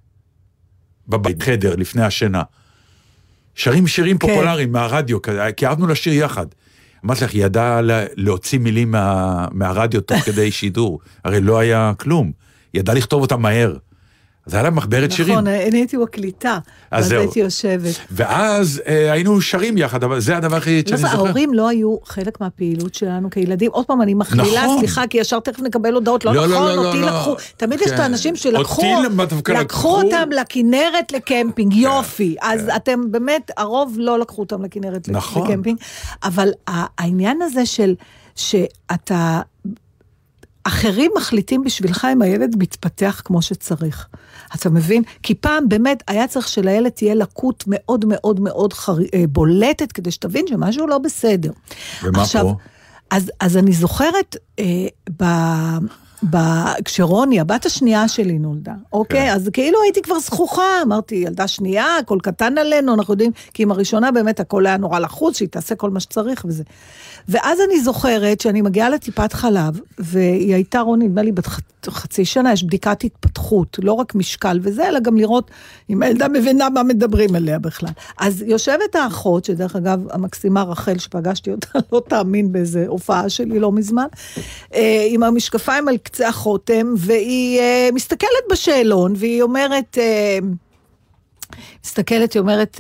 בבית חדר לפני השינה. שרים שירים פופולריים מהרדיו, כי אהבנו לשיר יחד. אמרתי לך, היא ידעה להוציא מילים מהרדיו תוך כדי שידור, הרי לא היה כלום, היא ידעה לכתוב אותם מהר. אז היה לה מחברת שירים. נכון, אני הייתי בקליטה, אז הייתי יושבת. ואז אה, היינו שרים יחד, אבל זה הדבר הכי שאני זוכר. ההורים לא היו חלק מהפעילות שלנו כילדים. עוד פעם, אני מכלילה, נכון. סליחה, כי ישר תכף נקבל הודעות, לא, לא נכון, לא, לא, אותי לא, לקחו. לא. תמיד כן. יש את האנשים שלקחו, לקחו, לקחו אותם לכנרת לקמפינג, כן. יופי. אז כן. אתם באמת, הרוב לא לקחו אותם לכנרת נכון. לקמפינג, אבל העניין הזה של, שאתה... אחרים מחליטים בשבילך אם הילד מתפתח כמו שצריך. אתה מבין? כי פעם באמת היה צריך שלילד תהיה לקות מאוד מאוד מאוד חר... בולטת, כדי שתבין שמשהו לא בסדר. ומה עכשיו, פה? אז, אז אני זוכרת, אה, ב... ב... כשרוני, הבת השנייה שלי נולדה, אוקיי? אז כאילו הייתי כבר זכוכה, אמרתי, ילדה שנייה, הכל קטן עלינו, אנחנו יודעים, כי עם הראשונה באמת הכל היה נורא לחוץ, שהיא תעשה כל מה שצריך וזה. ואז אני זוכרת שאני מגיעה לטיפת חלב, והיא הייתה, רוני, נדמה לי בת חצי שנה, יש בדיקת התפתחות, לא רק משקל וזה, אלא גם לראות אם הילדה מבינה מה מדברים עליה בכלל. אז יושבת האחות, שדרך אגב, המקסימה רחל, שפגשתי אותה, לא תאמין באיזה הופעה שלי לא מזמן, עם המשקפיים על קצה החותם, והיא מסתכלת בשאלון, והיא אומרת, מסתכלת, היא אומרת,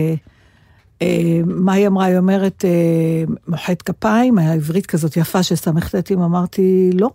מה היא אמרה? היא אומרת, מוחאת כפיים, היה עברית כזאת יפה שסמכתתים, אמרתי, לא.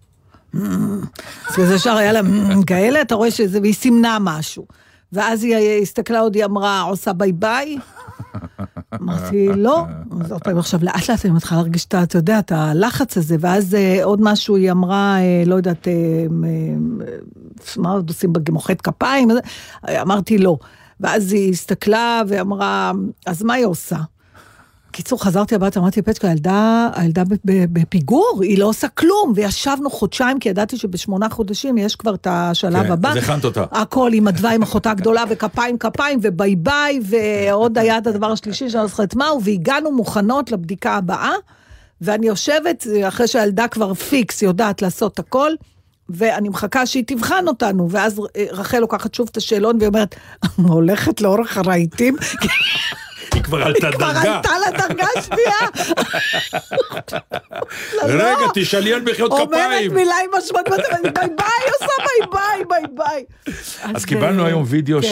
אז כזה שר היה לה כאלה, אתה רואה שזה, והיא סימנה משהו. ואז היא הסתכלה עוד, היא אמרה, עושה ביי ביי. אמרתי, לא. אז עוד פעם, עכשיו לאט לאט אני מתחילה להרגיש, אתה יודע, את הלחץ הזה, ואז עוד משהו היא אמרה, לא יודעת, מה עוד עושים במוחאת כפיים? אמרתי, לא. ואז היא הסתכלה ואמרה, אז מה היא עושה? קיצור, חזרתי הביתה, אמרתי, פצ'קה, הילדה, הילדה בפיגור, היא לא עושה כלום, וישבנו חודשיים, כי ידעתי שבשמונה חודשים יש כבר את השלב כן, הבא. אז הכנת אותה. הכל עם הדווה, עם אחותה גדולה, וכפיים כפיים, וביי ביי, ועוד היה את הדבר השלישי, שאני זוכרת מהו, והגענו מוכנות לבדיקה הבאה, ואני יושבת, אחרי שהילדה כבר פיקס, יודעת לעשות הכל, ואני מחכה שהיא תבחן אותנו, ואז רחל לוקחת שוב את השאלון, והיא אומרת, הולכת לאורך הרהיטים, היא כבר עלתה דרגה. היא כבר עלתה לדרגה שנייה. רגע, תשאלי על מחיאות כפיים. אומרת מילה עם משמעות, ביי ביי, עושה ביי ביי, ביי ביי. אז קיבלנו היום וידאו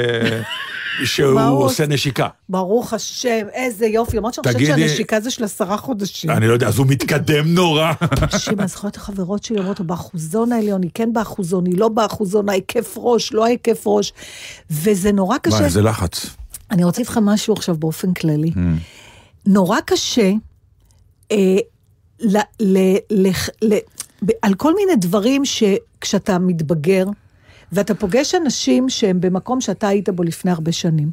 שהוא עושה נשיקה. ברוך השם, איזה יופי. למרות שאני חושבת שהנשיקה זה של עשרה חודשים. אני לא יודע, אז הוא מתקדם נורא. תקשיב, אז זכויות החברות שלי אומרות, הוא באחוזון העליון, היא כן באחוזון, היא לא באחוזון, ההיקף ראש, לא ההיקף ראש. וזה נורא קשה. מה, זה לחץ. אני רוצה לך משהו עכשיו באופן כללי. Mm. נורא קשה אה, ל, ל, ל, ל, ב, על כל מיני דברים שכשאתה מתבגר, ואתה פוגש אנשים שהם במקום שאתה היית בו לפני הרבה שנים.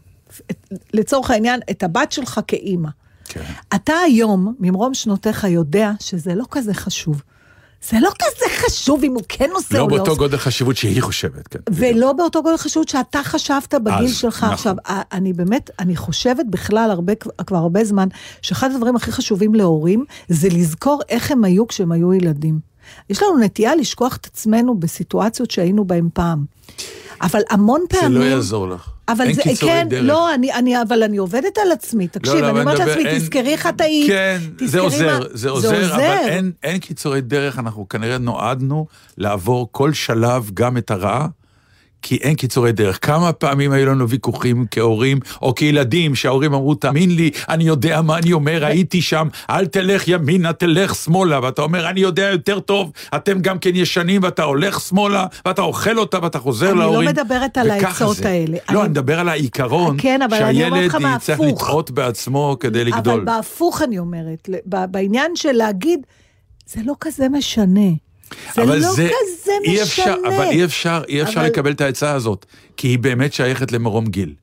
לצורך העניין, את הבת שלך כאימא. כן. אתה היום, ממרום שנותיך, יודע שזה לא כזה חשוב. זה לא כזה חשוב אם הוא כן עושה לא או לא. לא באותו גודל חשיבות שהיא חושבת, כן. ולא בדיוק. באותו גודל חשיבות שאתה חשבת בגיל אז, שלך. נכון. עכשיו, אני באמת, אני חושבת בכלל הרבה, כבר הרבה זמן, שאחד הדברים הכי חשובים להורים, זה לזכור איך הם היו כשהם היו ילדים. יש לנו נטייה לשכוח את עצמנו בסיטואציות שהיינו בהם פעם. אבל המון פעמים... זה לא יעזור לך. אבל אין זה, קיצורי כן, דרך. לא, אני, אני, אבל אני עובדת על עצמי, תקשיב, לא, לא, אני אומרת מדבר, לעצמי, אין, תזכרי איך את היית. כן, זה עוזר, מה, זה עוזר, זה עוזר, אבל אין, אין קיצורי דרך, אנחנו כנראה נועדנו לעבור כל שלב גם את הרע, כי אין קיצורי דרך. כמה פעמים היו לנו ויכוחים כהורים, או כילדים, שההורים אמרו, תאמין לי, אני יודע מה אני אומר, הייתי שם, אל תלך ימינה, תלך שמאלה, ואתה אומר, אני יודע יותר טוב, אתם גם כן ישנים, ואתה הולך שמאלה, ואתה אוכל אותה, ואתה חוזר להורים. אני לא מדברת על העצות האלה. לא, אני מדבר על העיקרון, שהילד צריך לטעות בעצמו כדי לגדול. אבל בהפוך אני אומרת, בעניין של להגיד, זה לא כזה משנה. זה לא זה, כזה אי משנה. אפשר, אבל אי אפשר, אי אפשר אבל... לקבל את ההצעה הזאת, כי היא באמת שייכת למרום גיל.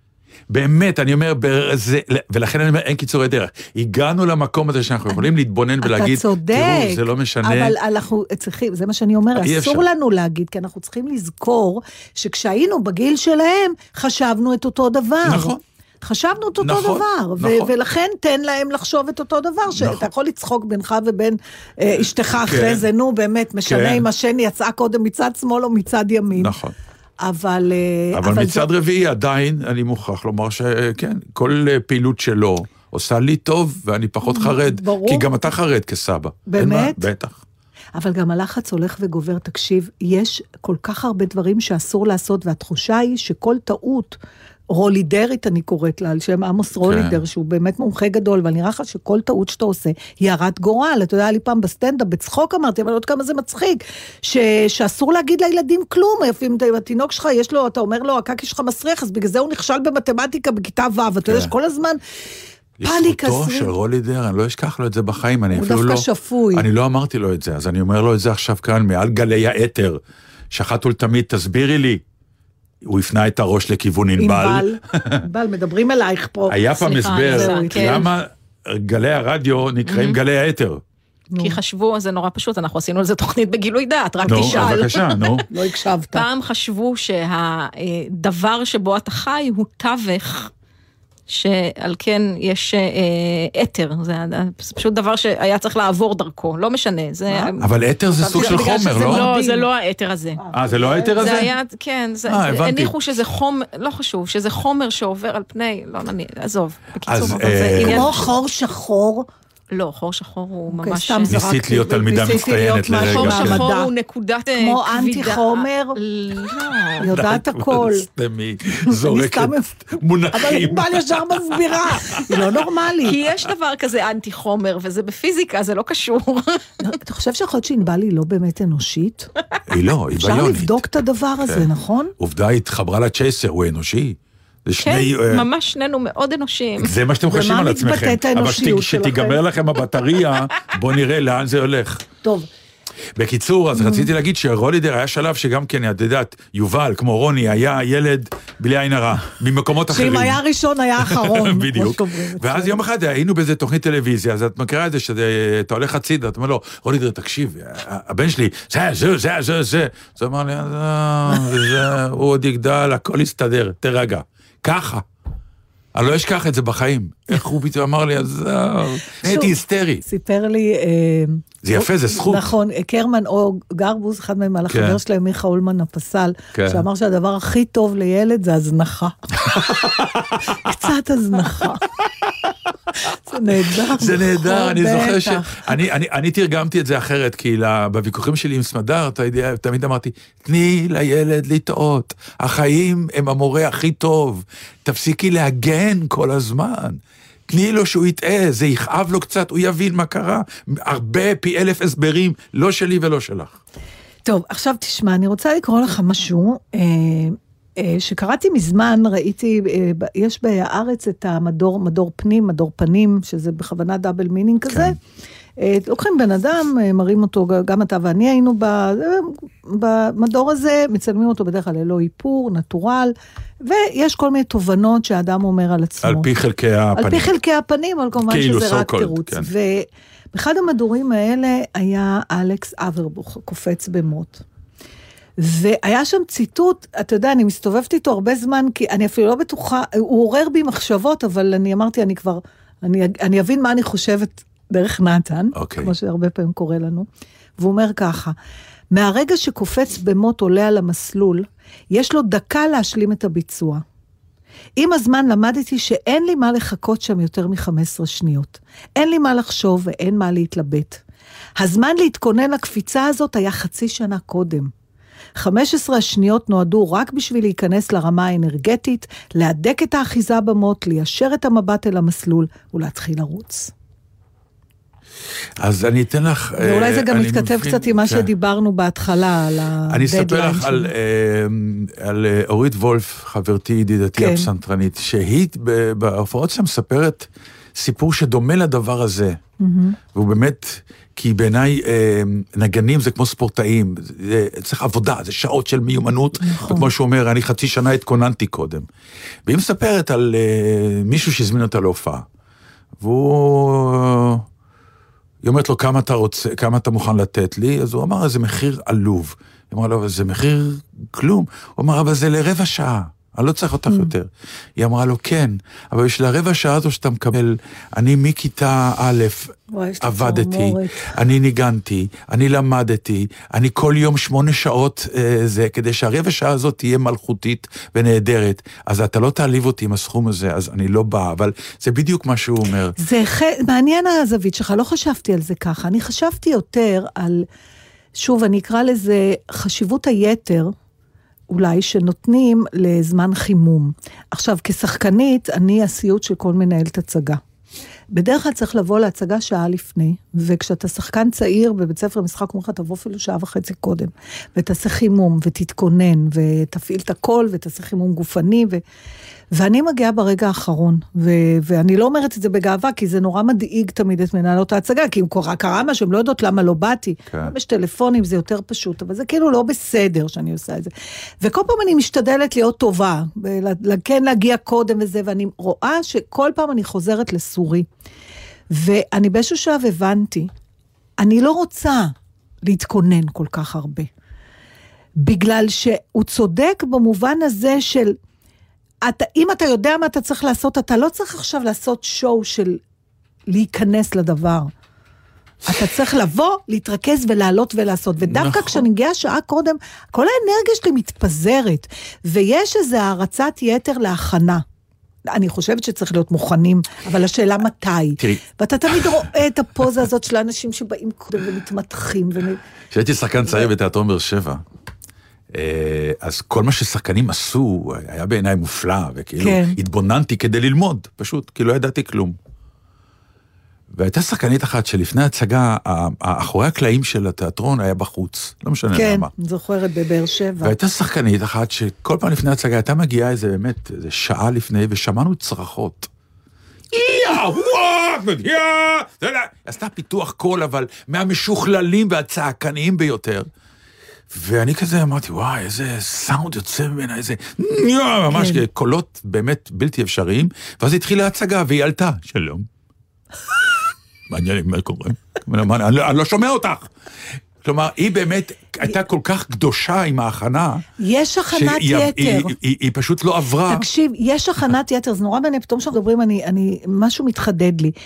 באמת, אני אומר, ברזה, ולכן אני אומר, אין קיצורי דרך. הגענו למקום הזה שאנחנו יכולים להתבונן ולהגיד, תראו, זה לא משנה. אבל אנחנו צריכים, זה מה שאני אומר, אסור לנו להגיד, כי אנחנו צריכים לזכור, שכשהיינו בגיל שלהם, חשבנו את אותו דבר. נכון. חשבנו את אותו נכון, דבר, נכון. ו- ולכן תן להם לחשוב את אותו דבר, שאתה נכון. יכול לצחוק בינך ובין אה, אשתך אחרי כן. זה, נו באמת, משנה כן. אם השני יצאה קודם מצד שמאל או מצד ימין. נכון. אבל... אבל, אבל מצד זה... רביעי עדיין, אני מוכרח לומר שכן, כל פעילות שלו עושה לי טוב, ואני פחות חרד, ברור. כי גם אתה חרד כסבא. באמת? בטח. אבל גם הלחץ הולך וגובר, תקשיב, יש כל כך הרבה דברים שאסור לעשות, והתחושה היא שכל טעות, רולידרית אני קוראת לה, על שם עמוס רולידר, כן. שהוא באמת מומחה גדול, אבל נראה לך שכל טעות שאתה עושה, היא הרת גורל. אתה יודע, לי פעם בסטנדאפ, בצחוק אמרתי, אבל עוד כמה זה מצחיק, ש... שאסור להגיד לילדים כלום, אם התינוק שלך, יש לו, אתה אומר לו, הקקי שלך מסריח, אז בגלל זה הוא נכשל במתמטיקה בכיתה ו', ואתה יודע שכל הזמן... פאניקה. לזכותו של רולידר, אני לא אשכח לו את זה בחיים, אני אפילו לא... הוא דווקא שפוי. אני לא אמרתי לו את זה, אז אני אומר לו את זה עכשיו כאן, מעל גלי האתר, שחת ולתמיד, תסבירי לי. הוא הפנה את הראש לכיוון ענבל. ענבל, מדברים אלייך פה. היה פעם הסבר, למה גלי הרדיו נקראים גלי האתר. כי חשבו, זה נורא פשוט, אנחנו עשינו על זה תוכנית בגילוי דעת, רק נו, תשאל. בבקשה, נו. לא הקשבת. פעם חשבו שהדבר שבו אתה חי הוא תווך, שעל כן יש אתר, זה פשוט דבר שהיה צריך לעבור דרכו, לא משנה. אבל אתר זה סוג של חומר, לא? לא, זה לא האתר הזה. אה, זה לא האתר הזה? זה היה, כן, הניחו שזה חומר, לא חשוב, שזה חומר שעובר על פני, לא נניח, עזוב, בקיצור. כמו חור שחור, לא, חור שחור הוא ממש... ניסית להיות תלמידה מצטיינת לרגע. חור שחור הוא נקודת כבידה. כמו אנטי חומר. לא. יודעת הכל. סתמי, זורקת מונחים. אבל היא באה ישר מסבירה. היא לא נורמלית. כי יש דבר כזה אנטי חומר, וזה בפיזיקה, זה לא קשור. אתה חושב שיכול להיות שענבל היא לא באמת אנושית? היא לא, היא ביונית. אפשר לבדוק את הדבר הזה, נכון? עובדה, היא התחברה לצ'ייסר, הוא אנושי. כן, ממש שנינו מאוד אנושיים. זה מה שאתם חושבים על עצמכם. ומה מתבטאת האנושיות שלכם? אבל שתיגמר לכם הבטריה, בוא נראה לאן זה הולך. טוב. בקיצור, אז רציתי להגיד שרולידר היה שלב שגם כן, את יודעת, יובל, כמו רוני, היה ילד בלי עין הרע, ממקומות אחרים. שאם היה ראשון, היה אחרון. בדיוק. ואז יום אחד היינו באיזה תוכנית טלוויזיה, אז את מכירה את זה, שאתה הולך הצידה, אתה אומר לו, רולידר, תקשיב, הבן שלי, זה, זה, זה, זה, זה. זה אמר לי, הוא עוד יגדל, הכל יסתדר, תרגע. ככה. אני לא אשכח את זה בחיים. איך הוא פתאום אמר לי, אז הייתי היסטרי. סיפר לי... זה יפה, זה זכות. נכון, קרמן או גרבוז, אחד מהם על החבר שלהם, מיכה אולמן הפסל, שאמר שהדבר הכי טוב לילד זה הזנחה. קצת הזנחה. זה נהדר. זה נהדר, אני זוכר ש... אני תרגמתי את זה אחרת, כי בוויכוחים שלי עם סמדר, תמיד אמרתי, תני לילד לטעות, החיים הם המורה הכי טוב, תפסיקי להגן כל הזמן. תני לו שהוא יטעה, זה יכאב לו קצת, הוא יבין מה קרה, הרבה פי אלף הסברים, לא שלי ולא שלך. טוב, עכשיו תשמע, אני רוצה לקרוא לך משהו, אה, אה, שקראתי מזמן, ראיתי, אה, יש בארץ את המדור, מדור פנים, מדור פנים, שזה בכוונה דאבל מינינג כזה, כן. אה, לוקחים בן אדם, מראים אותו, גם אתה ואני היינו במדור הזה, מצלמים אותו בדרך כלל ללא איפור, נטורל, ויש כל מיני תובנות שהאדם אומר על עצמו. על פי חלקי הפנים. על פי חלקי הפנים, אבל כמובן כאילו שזה רק so תירוץ. כן. ובאחד המדורים האלה היה אלכס אברבוך, קופץ במות. והיה שם ציטוט, אתה יודע, אני מסתובבת איתו הרבה זמן, כי אני אפילו לא בטוחה, הוא עורר בי מחשבות, אבל אני אמרתי, אני כבר, אני, אני אבין מה אני חושבת דרך נתן, okay. כמו שהרבה פעמים קורה לנו. והוא אומר ככה, מהרגע שקופץ במות עולה על המסלול, יש לו דקה להשלים את הביצוע. עם הזמן למדתי שאין לי מה לחכות שם יותר מ-חמש עשרה שניות. אין לי מה לחשוב ואין מה להתלבט. הזמן להתכונן לקפיצה הזאת היה חצי שנה קודם. חמש עשרה השניות נועדו רק בשביל להיכנס לרמה האנרגטית, להדק את האחיזה במות, ליישר את המבט אל המסלול ולהתחיל לרוץ. אז אני אתן לך... ואולי זה גם מתכתב קצת עם מה שדיברנו בהתחלה, על הדדליין. אני אספר לך על אורית וולף, חברתי ידידתי הפסנתרנית, שהיא בהופעות שם מספרת סיפור שדומה לדבר הזה. והוא באמת, כי בעיניי נגנים זה כמו ספורטאים, צריך עבודה, זה שעות של מיומנות, וכמו שהוא אומר, אני חצי שנה התכוננתי קודם. והיא מספרת על מישהו שהזמין אותה להופעה. והוא... היא אומרת לו, כמה אתה רוצה, כמה אתה מוכן לתת לי? אז הוא אמר, זה מחיר עלוב. היא אמרה לו, זה מחיר כלום. הוא אמר, אבל זה לרבע שעה. אני לא צריך אותך יותר. היא אמרה לו, כן, אבל בשביל הרבע שעה הזו שאתה מקבל, אני מכיתה א' עבדתי, אני ניגנתי, אני למדתי, אני כל יום שמונה שעות זה, כדי שהרבע שעה הזאת תהיה מלכותית ונהדרת. אז אתה לא תעליב אותי עם הסכום הזה, אז אני לא בא, אבל זה בדיוק מה שהוא אומר. זה מעניין הזווית שלך, לא חשבתי על זה ככה. אני חשבתי יותר על, שוב, אני אקרא לזה חשיבות היתר, אולי שנותנים לזמן חימום. עכשיו, כשחקנית, אני הסיוט של כל מנהלת הצגה. בדרך כלל צריך לבוא להצגה שעה לפני, וכשאתה שחקן צעיר בבית ספר משחק, אומרך, תבוא אפילו שעה וחצי קודם, ותעשה חימום, ותתכונן, ותפעיל את הכל, ותעשה חימום גופני, ו... ואני מגיעה ברגע האחרון, ו- ואני לא אומרת את זה בגאווה, כי זה נורא מדאיג תמיד את מנהלות ההצגה, כי אם קורה, קרה משהו, הם לא יודעות למה לא באתי. כן. יש טלפונים, זה יותר פשוט, אבל זה כאילו לא בסדר שאני עושה את זה. וכל פעם אני משתדלת להיות טובה, כן להגיע קודם וזה, ואני רואה שכל פעם אני חוזרת לסורי, ואני באיזשהו שלב הבנתי, אני לא רוצה להתכונן כל כך הרבה, בגלל שהוא צודק במובן הזה של, אתה, אם אתה יודע מה אתה צריך לעשות, אתה לא צריך עכשיו לעשות שואו של להיכנס לדבר. אתה צריך לבוא, להתרכז ולעלות ולעשות. ודווקא נכון. כשאני מגיעה שעה קודם, כל האנרגיה שלי מתפזרת, ויש איזו הערצת יתר להכנה. אני חושבת שצריך להיות מוכנים, אבל השאלה מתי. תראי. ואתה תמיד רואה את הפוזה הזאת של האנשים שבאים קודם ומתמתחים. כשהייתי שחקן צעיר בתיאטרון באר שבע, אז כל מה ששחקנים עשו היה בעיניי מופלא, וכאילו התבוננתי כדי ללמוד, פשוט, כי לא ידעתי כלום. והייתה שחקנית אחת שלפני הצגה, האחורי הקלעים של התיאטרון היה בחוץ, לא משנה כן, למה. כן, זוכרת בבאר שבע. והייתה שחקנית אחת שכל פעם לפני הצגה, הייתה מגיעה איזה באמת, איזה שעה לפני, ושמענו צרחות. יא, וואו, יא, זה לא, עשתה פיתוח קול, אבל מהמשוכללים והצעקניים ביותר. ואני כזה אמרתי, וואי, איזה סאונד יוצא ממנה, איזה, ממש כן. קולות באמת בלתי אפשריים, ואז התחילה הצגה, והיא עלתה, שלום. מעניין, מה קורה? אני לא שומע אותך. כלומר, היא באמת הייתה כל כך קדושה עם ההכנה. יש הכנת יתר. היא פשוט לא עברה. תקשיב, יש הכנת יתר, זה נורא מעניין, פתאום שאנחנו מדברים, משהו מתחדד לי.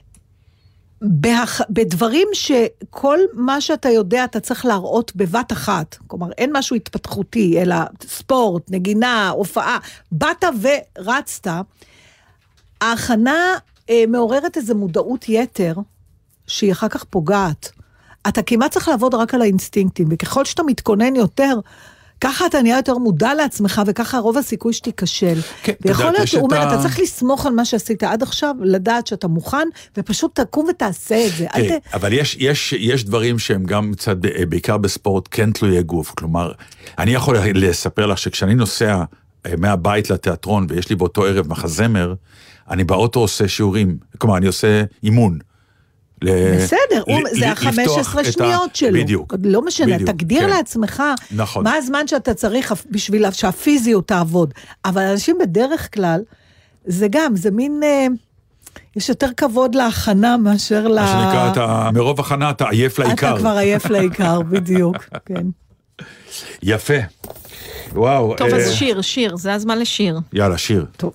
בדברים שכל מה שאתה יודע, אתה צריך להראות בבת אחת. כלומר, אין משהו התפתחותי, אלא ספורט, נגינה, הופעה. באת ורצת. ההכנה מעוררת איזו מודעות יתר, שהיא אחר כך פוגעת. אתה כמעט צריך לעבוד רק על האינסטינקטים, וככל שאתה מתכונן יותר, ככה אתה נהיה יותר מודע לעצמך, וככה רוב הסיכוי שתיכשל. כן, ויכול להיות, הוא אומר, אתה צריך לסמוך על מה שעשית עד עכשיו, לדעת שאתה מוכן, ופשוט תקום ותעשה את זה. כן, ת... אבל יש, יש, יש דברים שהם גם קצת, בעיקר בספורט, כן תלויי גוף. כלומר, אני יכול לספר לך שכשאני נוסע מהבית לתיאטרון, ויש לי באותו ערב מחזמר, אני באוטו עושה שיעורים, כלומר, אני עושה אימון. בסדר, זה ה-חמש עשרה שניות שלו. בדיוק. לא משנה, תגדיר לעצמך מה הזמן שאתה צריך בשביל שהפיזיות תעבוד. אבל אנשים בדרך כלל, זה גם, זה מין, יש יותר כבוד להכנה מאשר ל... מה שנקרא, מרוב הכנה אתה עייף לעיקר. אתה כבר עייף לעיקר, בדיוק, כן. יפה. וואו. טוב, אז שיר, שיר, זה הזמן לשיר. יאללה, שיר. טוב.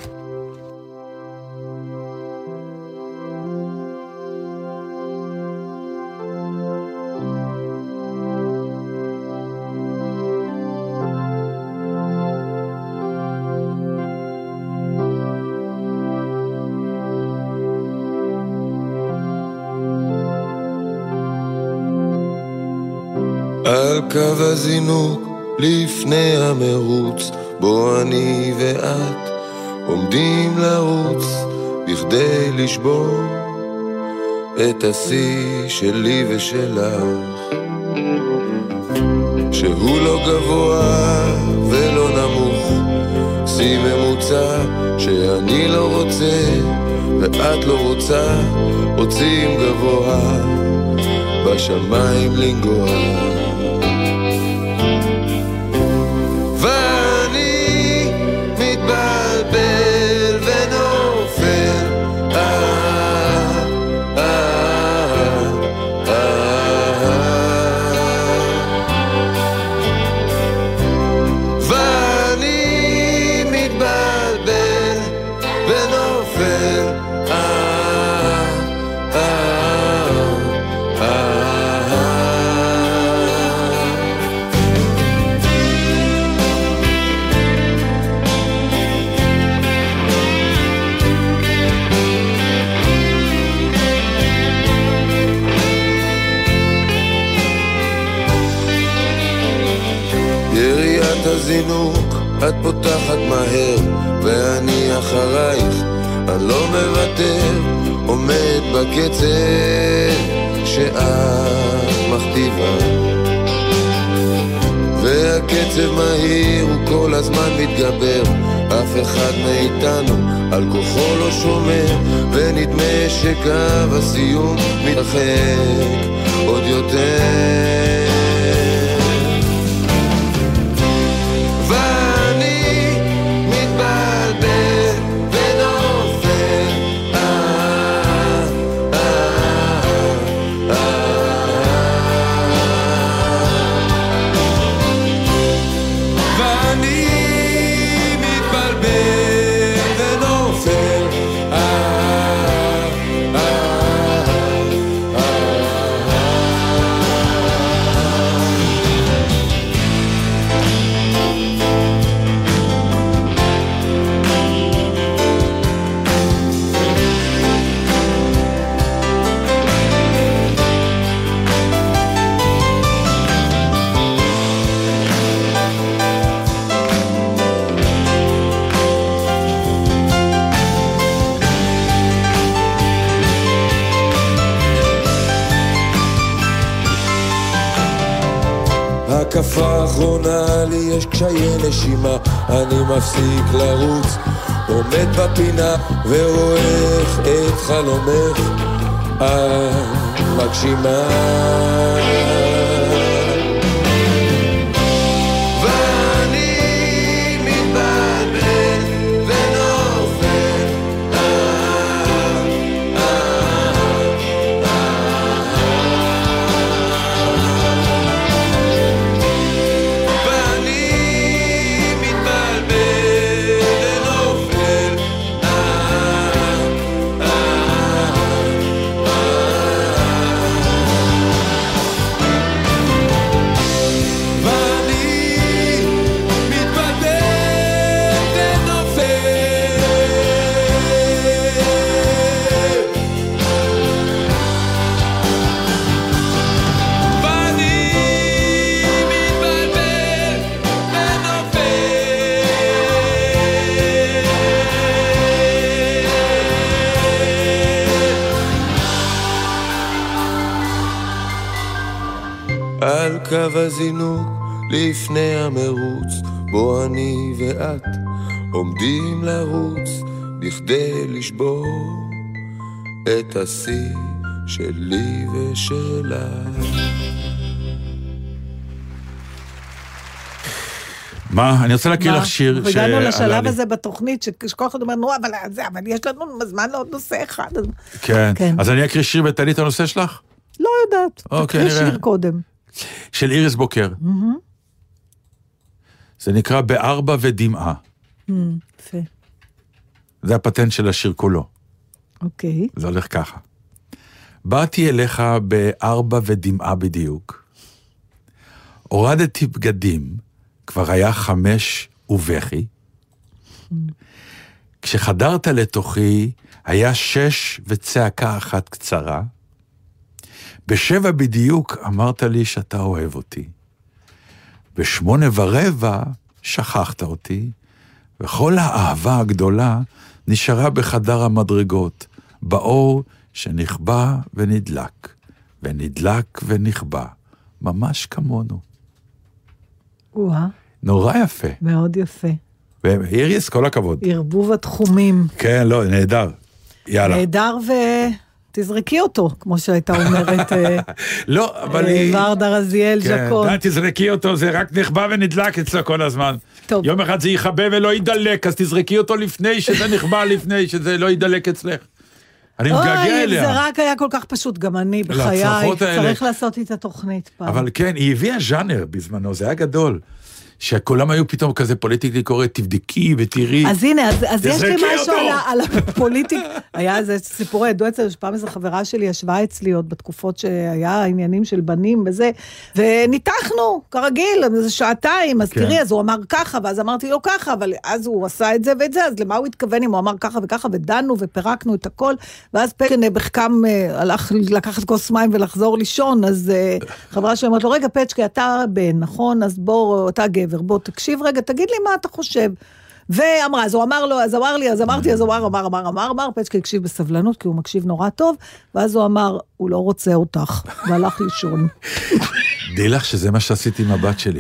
על קו הזינוק לפני המרוץ, בו אני ואת עומדים לרוץ בכדי לשבור את השיא שלי ושלך, שהוא לא גבוה ולא נמוך, שיא ממוצע שאני לא רוצה ואת לא רוצה, רוצים גבוה בשמיים לנגוע. ואני מתבלבל ונופל, אה, אה, אה, ואני מתבלבל ונופל, אה, אה, הזינוק, את פותחת מהר ואני אחרייך, אני לא מוותר, עומד בקצב שאת מכתיבה, והקצב הקצב מהיר הוא כל הזמן מתגבר, אף אחד מאיתנו על כוחו לא שומר, ונדמה שקו הסיום מתרחק עוד יותר. ואני מתבלבל ונופל, אה, אה, ואני מתבלבל ונופל, הקפה האחרונה לי יש קשיי נשימה, אני מפסיק לרוץ, עומד בפינה ורואה את חלומך את מגשימה. ואני מתבלבל ונופל, על קו הזינוק לפני המרוץ, בו אני ואת עומדים לרוץ בכדי לשבור את השיא שלי ושלה. מה? אני רוצה להכיר לך שיר הגענו לשלב הזה בתוכנית, שכל אחד אומר, נו, אבל יש לנו זמן לעוד נושא אחד. כן, אז אני אקריא שיר ותעלי את הנושא שלך? לא יודעת, תקריא שיר קודם. של איריס בוקר. זה נקרא בארבע ודמעה. יפה. זה הפטנט של השיר כולו. אוקיי. זה הולך ככה. באתי אליך בארבע ודמעה בדיוק. הורדתי בגדים, כבר היה חמש ובכי. כשחדרת לתוכי, היה שש וצעקה אחת קצרה. בשבע בדיוק אמרת לי שאתה אוהב אותי. בשמונה ורבע שכחת אותי, וכל האהבה הגדולה נשארה בחדר המדרגות, באור שנכבה ונדלק, ונדלק ונכבה, ממש כמונו. וואה. נורא יפה. מאוד יפה. ואיריס, כל הכבוד. ערבוב התחומים. כן, לא, נהדר. יאללה. נהדר ו... תזרקי אותו, כמו שהייתה אומרת לא, אבל היא... ורדה רזיאל ז'קון. כן, תזרקי אותו, זה רק נחבא ונדלק אצלו כל הזמן. טוב. יום אחד זה ייחבא ולא ידלק, אז תזרקי אותו לפני שזה נחבא, לפני שזה לא ידלק אצלך. אני מגעגע אליה. זה רק היה כל כך פשוט, גם אני בחיי, צריך לעשות את התוכנית פעם. אבל כן, היא הביאה ז'אנר בזמנו, זה היה גדול. שכולם היו פתאום כזה פוליטיקלי קורא, תבדקי ותראי. אז הנה, אז, אז יש לי משהו על, על הפוליטיק. היה איזה סיפור ידוע אצל, שפעם איזו חברה שלי ישבה אצלי עוד בתקופות שהיה עניינים של בנים וזה, וניתחנו, כרגיל, איזה שעתיים, אז כן. תראי, אז הוא אמר ככה, ואז אמרתי לו ככה, אבל אז הוא עשה את זה ואת זה, אז למה הוא התכוון אם הוא אמר ככה וככה, ודנו ופירקנו את הכל, ואז פצ'קה בחכם הלך לקחת כוס מים ולחזור לישון, אז חברה שלי אמרת לו, רגע פצ'קה, אתה בן, נכון? אז בוא, אתה גבר. בוא תקשיב רגע, תגיד לי מה אתה חושב. ואמרה, אז הוא אמר לו, אז אמר לי, אז אמרתי, אז הוא אמר, אמר, אמר, אמר, אמר, פצ'קה הקשיב בסבלנות, כי הוא מקשיב נורא טוב, ואז הוא אמר, הוא לא רוצה אותך, והלך לישון. די לך שזה מה שעשיתי עם הבת שלי.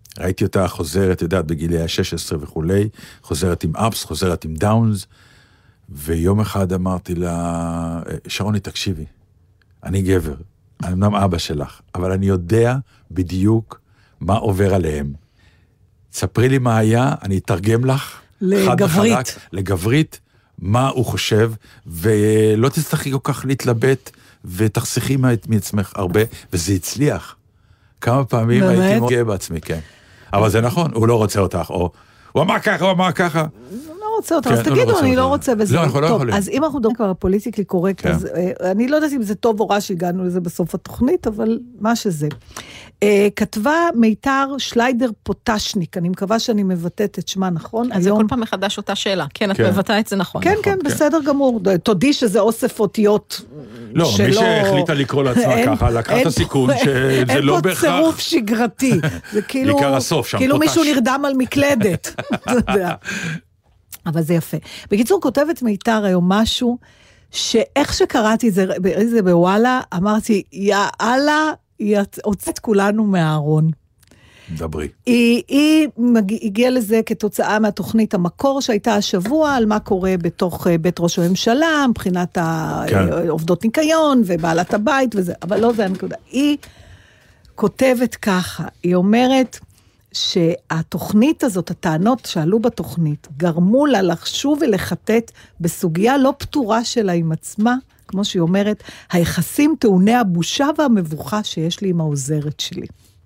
ראיתי אותה חוזרת, יודעת, בגילי ה-שש עשרה וכולי, חוזרת עם אפס, חוזרת עם דאונס, ויום אחד אמרתי לה, שרוני, תקשיבי, אני גבר, אני אמנם אבא שלך, אבל אני יודע בדיוק מה עובר עליהם. תספרי לי מה היה, אני אתרגם לך. לגברית. חד וחלק, לגברית, מה הוא חושב, ולא תצטרכי כל כך להתלבט, ותחסכי מעצמך הרבה, וזה הצליח. כמה פעמים באמת? הייתי מאוד גאה בעצמי, כן. אבל זה נכון, הוא לא רוצה אותך, או הוא אמר ככה, הוא אמר ככה. לא רוצה אותך, אז תגידו, אני לא רוצה בזה. לא, אנחנו לא יכולים. אז אם אנחנו מדברים כבר פוליטיקלי קורקט, אז אני לא יודעת אם זה טוב או רע שהגענו לזה בסוף התוכנית, אבל מה שזה. כתבה מיתר שליידר פוטשניק, אני מקווה שאני מבטאת את שמה נכון. אז זה כל פעם מחדש אותה שאלה, כן, את מבטאה את זה נכון. כן, כן, בסדר גמור. תודי שזה אוסף אותיות לא, מי שהחליטה לקרוא לעצמה ככה, לקחת הסיכון שזה לא בהכרח. אין פה צירוף שגרתי. זה כאילו, כאילו מישהו נרדם על מקלדת. אתה יודע. אבל זה יפה. בקיצור, כותבת מיתר היום משהו, שאיך שקראתי את זה, זה בוואלה, אמרתי, יאללה, הוצאת כולנו מהארון. דברי. היא, היא הגיעה לזה כתוצאה מהתוכנית המקור שהייתה השבוע, על מה קורה בתוך בית ראש הממשלה, מבחינת העובדות ניקיון ובעלת הבית וזה, אבל לא זה הנקודה. היא כותבת ככה, היא אומרת שהתוכנית הזאת, הטענות שעלו בתוכנית, גרמו לה לחשוב ולחטט בסוגיה לא פתורה שלה עם עצמה, כמו שהיא אומרת, היחסים טעוני הבושה והמבוכה שיש לי עם העוזרת שלי.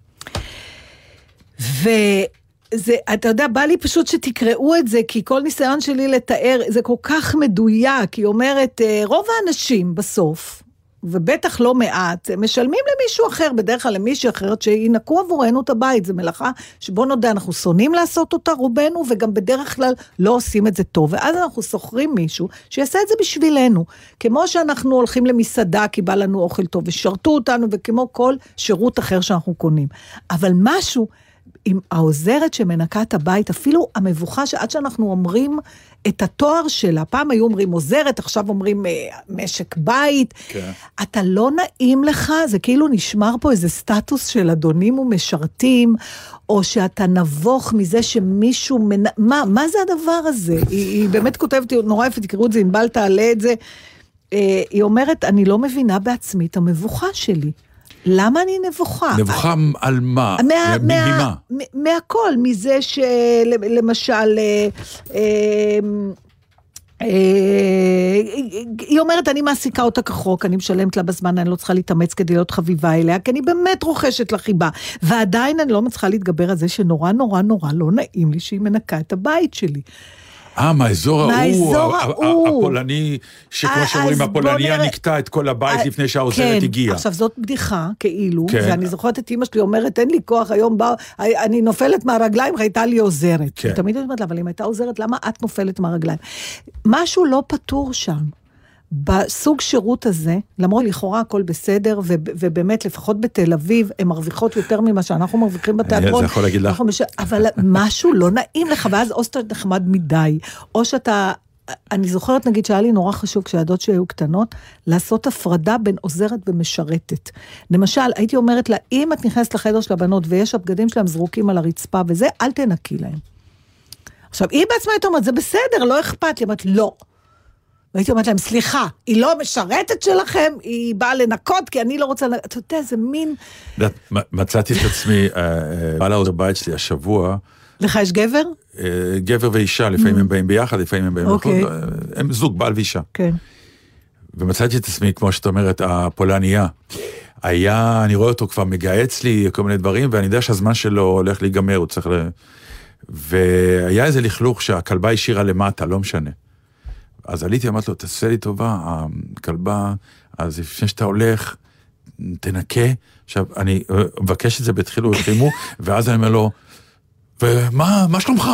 וזה, אתה יודע, בא לי פשוט שתקראו את זה, כי כל ניסיון שלי לתאר, זה כל כך מדויק, היא אומרת, רוב האנשים בסוף, ובטח לא מעט, משלמים למישהו אחר, בדרך כלל למישהו אחרת, שינקו עבורנו את הבית, זה מלאכה, שבוא נודע, אנחנו שונאים לעשות אותה רובנו, וגם בדרך כלל לא עושים את זה טוב, ואז אנחנו סוחרים מישהו, שיעשה את זה בשבילנו, כמו שאנחנו הולכים למסעדה, כי בא לנו אוכל טוב, ושרתו אותנו, וכמו כל שירות אחר שאנחנו קונים. אבל משהו, עם העוזרת שמנקה את הבית, אפילו המבוכה שעד שאנחנו אומרים את התואר שלה, פעם היו אומרים עוזרת, עכשיו אומרים משק בית, כן. אתה לא נעים לך, זה כאילו נשמר פה איזה סטטוס של אדונים ומשרתים, או שאתה נבוך מזה שמישהו, מנ... מה, מה זה הדבר הזה? היא, היא באמת כותבת, נורא יפה, תקראו את זה, אם בל תעלה את זה, היא אומרת, אני לא מבינה בעצמי את המבוכה שלי. למה אני נבוכה? נבוכה על מה? מה, ממה? מה, מהכל, מזה שלמשל, היא אומרת, אני מעסיקה אותה כחוק, אני משלמת לה בזמן, אני לא צריכה להתאמץ כדי להיות חביבה אליה, כי אני באמת רוכשת לה חיבה, ועדיין אני לא מצליחה להתגבר על זה שנורא נורא נורא לא נעים לי שהיא מנקה את הבית שלי. אה, מהאזור ההוא, הפולני, שכמו שאומרים, הפולניה נקטה את כל הבית לפני שהעוזרת הגיעה. עכשיו זאת בדיחה, כאילו, ואני זוכרת את אמא שלי אומרת, אין לי כוח היום, אני נופלת מהרגליים, הייתה לי עוזרת. תמיד אני אומרת לה, אבל אם הייתה עוזרת, למה את נופלת מהרגליים? משהו לא פתור שם. בסוג שירות הזה, למרות לכאורה הכל בסדר, ובאמת לפחות בתל אביב, הן מרוויחות יותר ממה שאנחנו מרוויחים בתיאטרון. אני יכול להגיד לך. אבל משהו לא נעים לך, ואז או שאתה נחמד מדי, או שאתה, אני זוכרת נגיד שהיה לי נורא חשוב, כשהילדות שהיו קטנות, לעשות הפרדה בין עוזרת ומשרתת. למשל, הייתי אומרת לה, אם את נכנסת לחדר של הבנות, ויש הבגדים שלהם זרוקים על הרצפה, וזה, אל תנקי להם. עכשיו, היא בעצמה הייתה אומרת, זה בסדר, לא אכפת לי, אמרת, לא. והייתי אומרת להם, סליחה, היא לא משרתת שלכם, היא באה לנקות, כי אני לא רוצה, אתה יודע, זה מין... מצאתי את עצמי, בעלה עוד הבית שלי השבוע. לך יש גבר? גבר ואישה, לפעמים הם באים ביחד, לפעמים הם באים ביחד, הם זוג, בעל ואישה. כן. ומצאתי את עצמי, כמו שאת אומרת, הפולניה. היה, אני רואה אותו כבר מגעץ לי, כל מיני דברים, ואני יודע שהזמן שלו הולך להיגמר, הוא צריך ל... והיה איזה לכלוך שהכלבה השאירה למטה, לא משנה. אז עליתי, אמרת לו, תעשה לי טובה, הכלבה, אז לפני שאתה הולך, תנקה. עכשיו, אני מבקש את זה בתחילו ובחימו, ואז אני אומר לו, ומה, מה שלומך?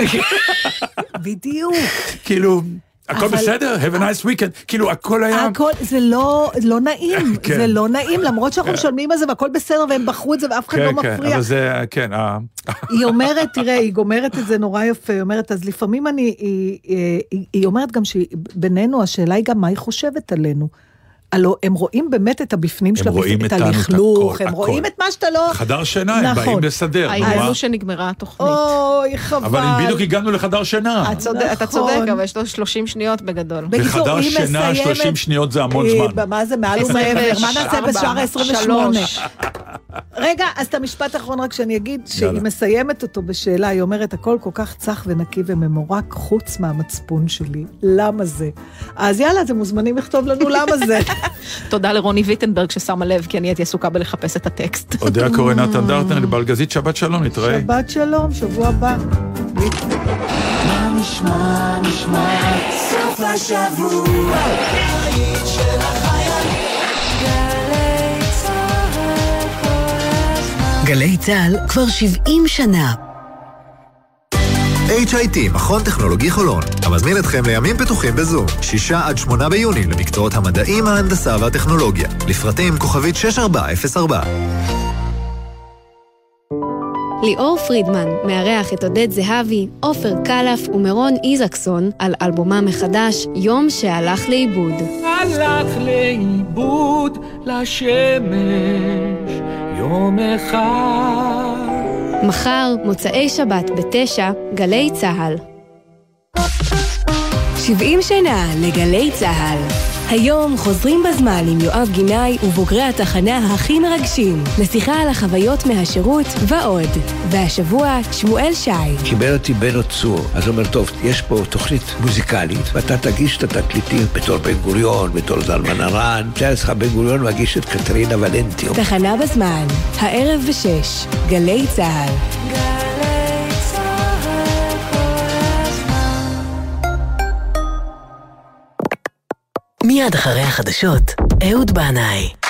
בדיוק. כאילו, הכל בסדר? Have a nice weekend. כאילו, הכל היה... הכל, זה לא, לא נעים. זה לא נעים, למרות שאנחנו משלמים על זה, והכל בסדר, והם בחרו את זה, ואף אחד לא מפריע. כן, אבל זה, כן. היא אומרת, תראה, היא גומרת את זה נורא יפה, היא אומרת, אז לפעמים אני, היא אומרת גם שבינינו, השאלה היא גם מה היא חושבת עלינו. הלוא הם רואים באמת את הבפנים של רואים את את הלכלוך, הכל, הם הכל. רואים את מה שאתה לא... חדר שינה, הם נכון. באים לסדר. נו, היינו מה? שנגמרה התוכנית. אוי, חבל. אבל אם בדיוק הגענו לחדר שינה. אתה צודק, אתה נכון. צודק, אבל יש לו שלושים שניות בגדול. בקיצור, בחדר היא שינה מסיימת- שלושים שניות זה המון אה, זמן. מה זה, מעל ומעבר? מה נעשה בשער ה-עשרים ושמונה? רגע, אז את המשפט האחרון רק שאני אגיד, שהיא יאללה. מסיימת אותו בשאלה, היא אומרת, הכל כל כך צח ונקי וממורק חוץ מהמצפון שלי. למה זה? אז יאללה, אתם מוזמנים לכתוב לנו למה זה. תודה לרוני ויטנברג ששמה לב, כי אני הייתי עסוקה בלחפש את הטקסט. אודיה קורן, נתן דרטנר, לבלגזית, שבת שלום, נתראה. שבת שלום, שבוע הבא. נשמע, נשמע, סוף השבוע, היית של החיילים, גלי צהל כל הזמן. גלי צהל כבר שבעים שנה. אייץ' איי טי, מכון טכנולוגי חולון, המזמין אתכם לימים פתוחים בזום, שישה עד שמונה ביוני למקצועות המדעים, ההנדסה והטכנולוגיה. לפרטים כוכבית שש ארבע אפס ארבע. ליאור פרידמן מארח את עודד זהבי, עופר קלף ומרון איזקסון על אלבומה מחדש יום שהלך לאיבוד. הלך לאיבוד לשמש יום אחד. מחר, מוצאי שבת בתשע, גלי צהל. שבעים שנה לגלי צהל. היום חוזרים בזמן עם יואב גינאי ובוגרי התחנה הכי מרגשים, לשיחה על החוויות מהשירות ועוד. והשבוע שמואל שי. קיבל אותי בן צור, אז הוא אומר, טוב, יש פה תוכנית מוזיקלית, ואתה תגיש את התקליטים בתור בן גוריון, בתור זלמן ארן, תהיה לך בן גוריון מגיש את קטרינה ולנטיום. תחנה בזמן, הערב בשש, גלי צהל. מיד אחרי החדשות, אהוד בנאי.